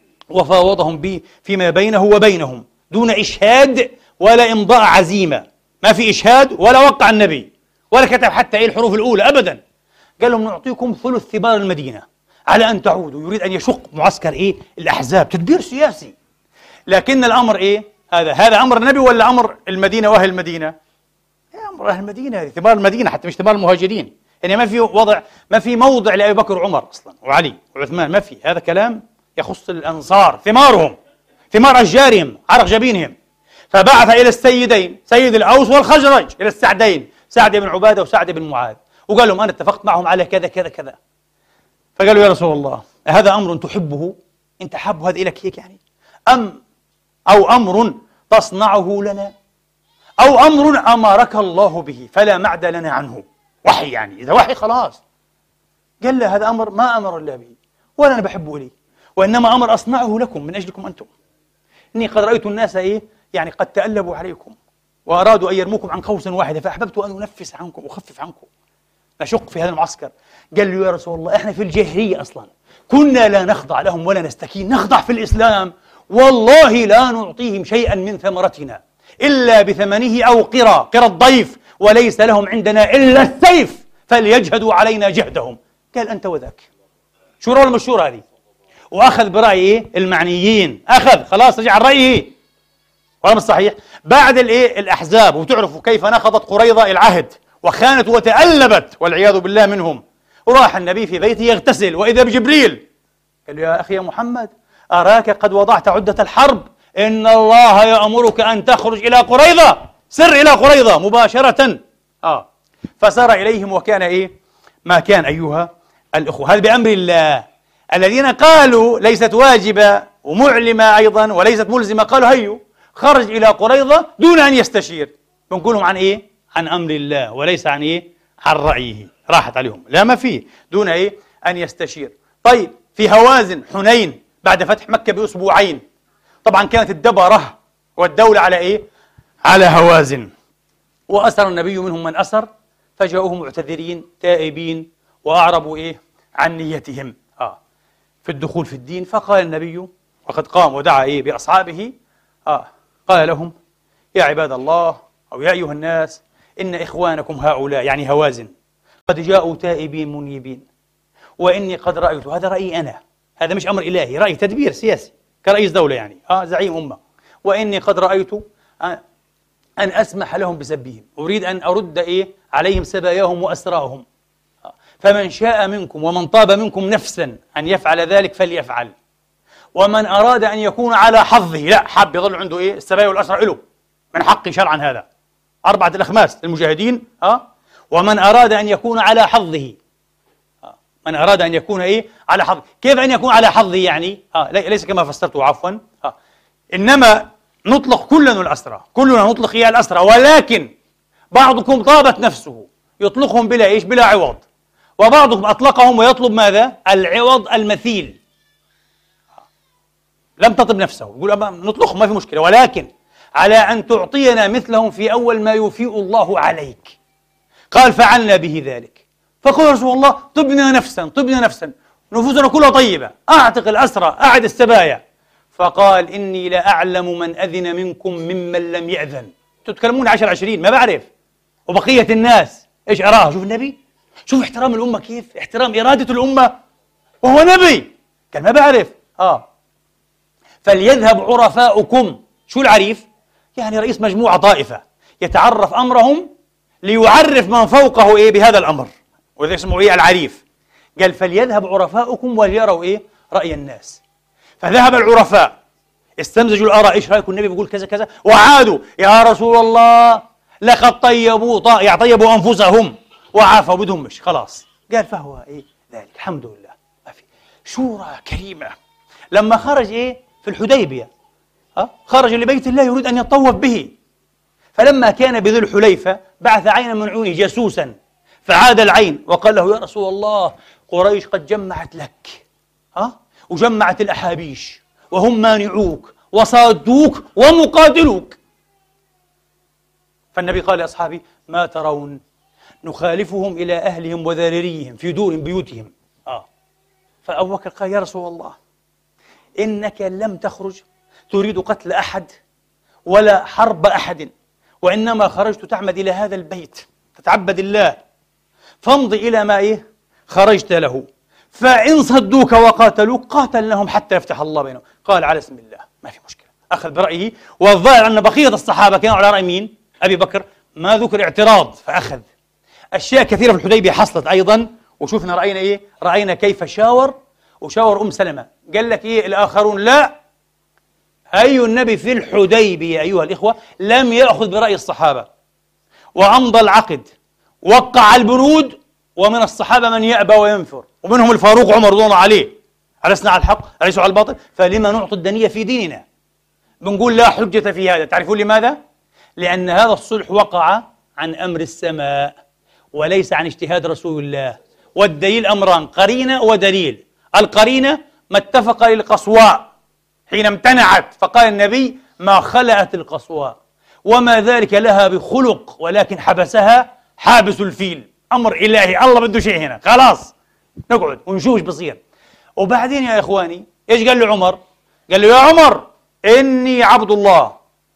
وفاوضهم به فيما بينه وبينهم دون إشهاد ولا إمضاء عزيمة. ما في إشهاد ولا وقع النبي ولا كتب حتى إيه الحروف الأولى أبدا. قال لهم نعطيكم ثلث ثمار المدينة على أن تعودوا. يريد أن يشق معسكر إيه؟ الأحزاب، تدبير سياسي. لكن الأمر إيه؟ هذا هذا أمر النبي ولا أمر المدينة وأهل المدينة؟ أمر أهل المدينة، ثمار المدينة حتى مش ثمار المهاجرين. يعني ما في وضع، ما في موضع لأبي بكر وعمر أصلا وعلي وعثمان، ما في. هذا كلام يخص الأنصار، ثمارهم، ثمار أشجارهم، عرق جبينهم. فبعث إلى السيدين، سيد الأوس والخزرج، إلى السعدين، سعد بن عبادة وسعد بن معاذ، وقال لهم أنا اتفقت معهم على كذا كذا كذا. فقالوا يا رسول الله هذا أمر تحبه؟ أنت حابه هذا إلك هيك يعني؟ أم أو أمر تصنعه لنا، أو أمر أمرك الله به فلا معدى لنا عنه؟ وحي يعني، إذا وحي خلاص. قال له هذا أمر ما أمر الله به ولا أنا بحبه لي، وإنما أمر أصنعه لكم من أجلكم أنتم. إني قد رأيت الناس إيه يعني قد تألبوا عليكم وأرادوا أن يرموكم عن قوس واحدة، فأحببت أن أنفس عنكم وأخفف عنكم، نشق في هذا المعسكر. قال له يا رسول الله إحنا في الجاهلية أصلا كنا لا نخضع لهم ولا نستكين، نخضع في الإسلام والله لا نعطيهم شيئا من ثمرتنا إلا بثمنه أو قرى قرى الضيف، وليس لهم عندنا إلا السيف فليجهدوا علينا جهدهم. قال أنت وذاك. شورى ولا مش شورى هذه؟ وأخذ برأي المعنيين، أخذ خلاص رجع عن رأيه، ولا مش صحيح؟ بعد الإيه الأحزاب، وتعرفوا كيف نقضت قريظة العهد وخانت وتألبت والعياذ بالله منهم. وراح النبي في بيته يغتسل وإذا بجبريل قال له يا أخي يا محمد أراك قد وضعت عدة الحرب، إن الله يأمرك أن تخرج إلى قريظة، سر إلى قريظة مباشرة. آه فسار إليهم وكان إيه ما كان أيها الأخوة. هذا بأمر الله. الذين قالوا ليست واجبة ومعلمة أيضا وليست ملزمة قالوا هيو خرج إلى قريظة دون أن يستشير. بنقولهم عن إيه؟ عن أمر الله وليس عن إيه؟ عن رأيه. راحت عليهم، لا ما فيه دون إيه؟ أن يستشير. طيب في هوازن حنين بعد فتح مكة بأسبوعين، طبعا كانت الدبرة والدولة على إيه؟ على هوازن. وأسر النبي منهم من أسر فجاءوه معتذرين تائبين وأعربوا إيه عن نيتهم آه في الدخول في الدين. فقال النبي وقد قام ودعا إيه بأصحابه آه قال لهم: يا عباد الله، أو يا أيها الناس، إن إخوانكم هؤلاء يعني هوازن قد جاءوا تائبين منيبين، وإني قد رأيت، هذا رأيي أنا، هذا مش أمر إلهي، رأي تدبير سياسي كرئيس دولة يعني آه زعيم أمة، وإني قد رأيت أن أسمح لهم بسبهم، أريد أن أرد إيه عليهم سباياهم وأسراهم، فمن شاء منكم ومن طاب منكم نفسا أن يفعل ذلك فليفعل، ومن أراد أن يكون على حظه، لا حاب يظل عنده إيه السبايا والأسرى له، من حقي شرعا هذا، أربعة الأخماس للمجاهدين آه ومن أراد أن يكون على حظه آه. من أراد أن يكون إيه على حظه. كيف أن يكون على حظه يعني آه ليس كما فسرته عفوا آه. إنما نطلق كلنا الأسرى، كلنا نطلق إياه الأسرى، ولكن بعضكم طابت نفسه يطلقهم بلا إيش بلا عوض، وبعضكم أطلقهم ويطلب ماذا العوض المثيل آه. لم تطب نفسه يقول نطلقهم ما في مشكلة، ولكن على أن تعطينا مثلهم في أول ما يوفيء الله عليك. قال: فعلنا به ذلك. فقال رسول الله: طبنا نفسا طبنا نفسا، نفوسنا كلها طيبة، أعتق الأسرى، أعد السبايا. فقال: إني لأعلم من أذن منكم ممن لم يأذن. تتكلمون عشر عشرين ما بعرف، وبقية الناس إيش أراها؟ شوف النبي، شوف احترام الأمة كيف، احترام إرادة الأمة وهو نبي، قال ما بعرف آه فليذهب عرفاؤكم. شو العريف؟ يعني رئيس مجموعة طائفة يتعرف أمرهم ليعرف من فوقه إيه بهذا الأمر، وذلك اسمه إيه العريف. قال: فليذهب عرفاؤكم وليروا إيه رأي الناس. فذهب العرفاء استمزجوا الآراء، إيش رأيكم النبي بيقول كذا كذا، وعادوا: يا رسول الله لقد طيبوا طا... يعني طيبوا أنفسهم وعافوا بدهم مش خلاص. قال: فهو إيه ذلك، الحمد لله، ما في شورى كريمة. لما خرج إيه في الحديبية أه؟ خرج لبيت الله يريد أن يطوف به، فلما كان بذي الحليفة بعث عينا من عيونه جاسوسا، فعاد العين وقال له: يا رسول الله قريش قد جمعت لك أه؟ وجمعت الأحابيش وهم مانعوك وصادوك ومقاتلوك. فالنبي قال لأصحابه: ما ترون؟ نخالفهم إلى أهلهم وذرريهم في دور بيوتهم آه. فأبو بكر قال: يا رسول الله إنك لم تخرج تريد قتل أحد ولا حرب أحد، وإنما خرجت تعمد إلى هذا البيت تتعبد الله، فامضي إلى ما إيه خرجت له، فإن صدوك وقاتلوك قاتلناهم حتى يفتح الله بينهم. قال: على اسم الله، ما في مشكلة. أخذ برأيه، والظاهر أن بقية الصحابة كانوا على رأي مين؟ أبي بكر، ما ذكر اعتراض فأخذ. أشياء كثيرة في الحديبية حصلت أيضا، وشوفنا رأينا إيه؟ رأينا كيف شاور، وشاور أم سلمة قال لك إيه الآخرون لا، أي النبي في الحديبية أيها الإخوة لم يأخذ برأي الصحابة، وأمضى العقد، وقع البنود، ومن الصحابة من يأبى وينفر، ومنهم الفاروق عمر رضي الله عليه. ألسنا على الحق؟ أليسوا على الباطل؟ فلما نعطي الدنية في ديننا؟ بنقول لا حجة في هذا. تعرفون لماذا؟ لأن هذا الصلح وقع عن أمر السماء وليس عن اجتهاد رسول الله، والدليل أمران: قرينة ودليل. القرينة ما اتفق للقصواء حين امتنعت، فقال النبي: ما خلأت القصواء وما ذلك لها بخلق، ولكن حبسها حابس الفيل. أمر إلهي، الله بده شيء هنا، خلاص نقعد ونشوف بصير. وبعدين يا إخواني إيش قال له عمر؟ قال له: يا عمر إني عبد الله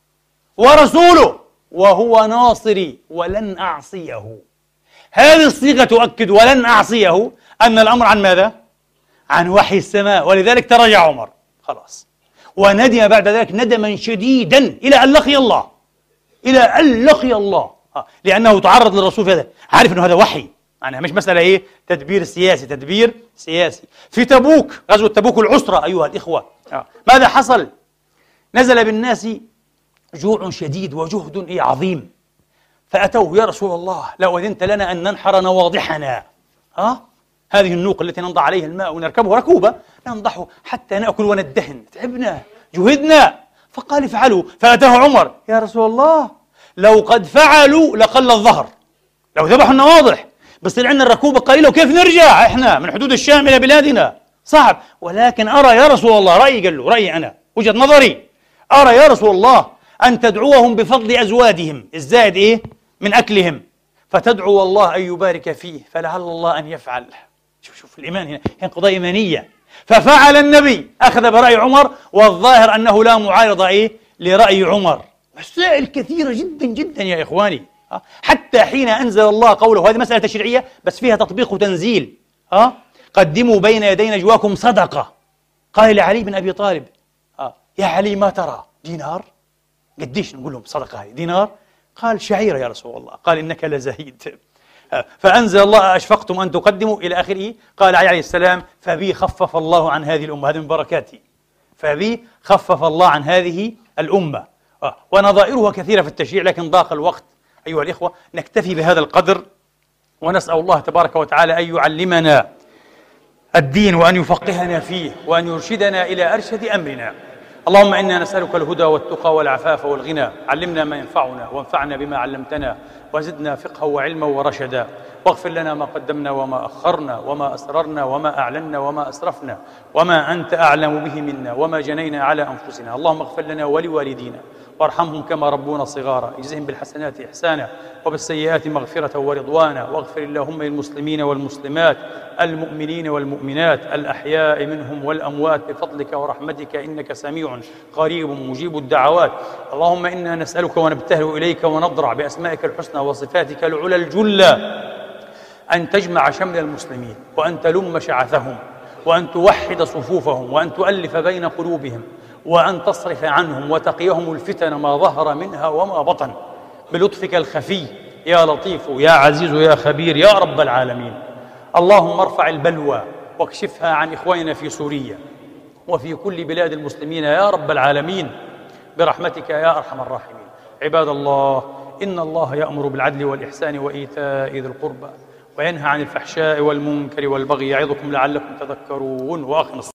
ورسوله وهو ناصري ولن أعصيه. هذه الصيغة تؤكد ولن أعصيه أن الأمر عن ماذا؟ عن وحي السماء، ولذلك تراجع عمر خلاص، وندم بعد ذلك ندما شديدا إلى أن لقي الله، إلى أن لقي الله آه. لأنه تعرض للرسول في هذا، عارف أنه هذا وحي، يعني مش مسألة إيه تدبير سياسي، تدبير سياسي. في تبوك، غزوة تبوك العسرة أيها الإخوة آه. ماذا حصل؟ نزل بالناس جوع شديد وجهد إيه عظيم، فأتوه: يا رسول الله لو أذنت لنا أن ننحر نواضحنا آه؟ هذه النوق التي ننضع عليها الماء ونركبه ركوبة، ننضحه حتى نأكل وندهن، تعبنا جهدنا. فقال: افعلوا. فأتاه عمر: يا رسول الله لو قد فعلوا لقل الظهر، لو ذبحوا النواضح، بس عندنا الركوبة قليلة وكيف نرجع إحنا من حدود الشام إلى بلادنا؟ صعب. ولكن أرى يا رسول الله، رأيي، قال له رأيي أنا وجهة نظري، أرى يا رسول الله أن تدعوهم بفضل أزوادهم الزائد إيه من أكلهم، فتدعو الله أن يبارك فيه، فلعل الله أن يفعل. شوف شوف الإيمان هنا، هنا قضايا إيمانية. ففعل النبي، أخذ برأي عمر، والظاهر أنه لا معارضة إيه لرأي عمر. مسائل كثيرة جدا جدا يا إخواني، حتى حين أنزل الله قوله، هذه مسألة تشريعية بس فيها تطبيق وتنزيل. ها قدموا بين يدي نجواكم صدقة. قال لعلي بن أبي طالب: آه يا علي ما ترى؟ دينار؟ قديش نقول لهم صدقة هذه؟ دينار؟ قال: شعيرة يا رسول الله. قال: إنك لزهيد. فأنزل الله: أشفقتم أن تقدموا إلى آخره. قال عليه السلام: فبي خفف الله عن هذه الأمة. هذه من بركاتي. فبي خفف الله عن هذه الأمة. آه. ونظائرها كثيرة في التشريع، لكن ضاق الوقت أيها الإخوة، نكتفي بهذا القدر، ونسأل الله تبارك وتعالى أن يعلمنا الدين وأن يفقهنا فيه وأن يرشدنا إلى أرشد أمرنا. اللهم إنا نسألك الهدى والتقى والعفاف والغنى. علمنا ما ينفعنا وانفعنا بما علمتنا، وزدنا فقها وعلما ورشدا، واغفر لنا ما قدمنا وما أخرنا وما أسررنا وما أعلنا وما أسرفنا وما أنت أعلم به منا وما جنينا على أنفسنا. اللهم اغفر لنا ولوالدينا وارحمهم كما ربونا صغارا، اجزهم بالحسنات إحسانا وبالسيئات مغفرة ورضوانا. واغفر اللهم للمسلمين والمسلمات، المؤمنين والمؤمنات، الأحياء منهم والأموات، بفضلك ورحمتك، إنك سميع قريب مجيب الدعوات. اللهم إنا نسألك ونبتهل إليك ونضرع بأسمائك الحسنى وصفاتك العلى الجلة أن تجمع شمل المسلمين، وأن تلم شعثهم، وأن توحد صفوفهم، وأن تؤلف بين قلوبهم، وأن تصرف عنهم وتقيهم الفتن ما ظهر منها وما بطن، بلطفك الخفي يا لطيف يا عزيز يا خبير يا رب العالمين. اللهم ارفع البلوى واكشفها عن إخواننا في سوريا وفي كل بلاد المسلمين يا رب العالمين، برحمتك يا أرحم الراحمين. عباد الله، إن الله يأمر بالعدل والإحسان وإيتاء ذي القربى، وينهى عن الفحشاء والمنكر والبغي، يعظكم لعلكم تذكرون. وأقم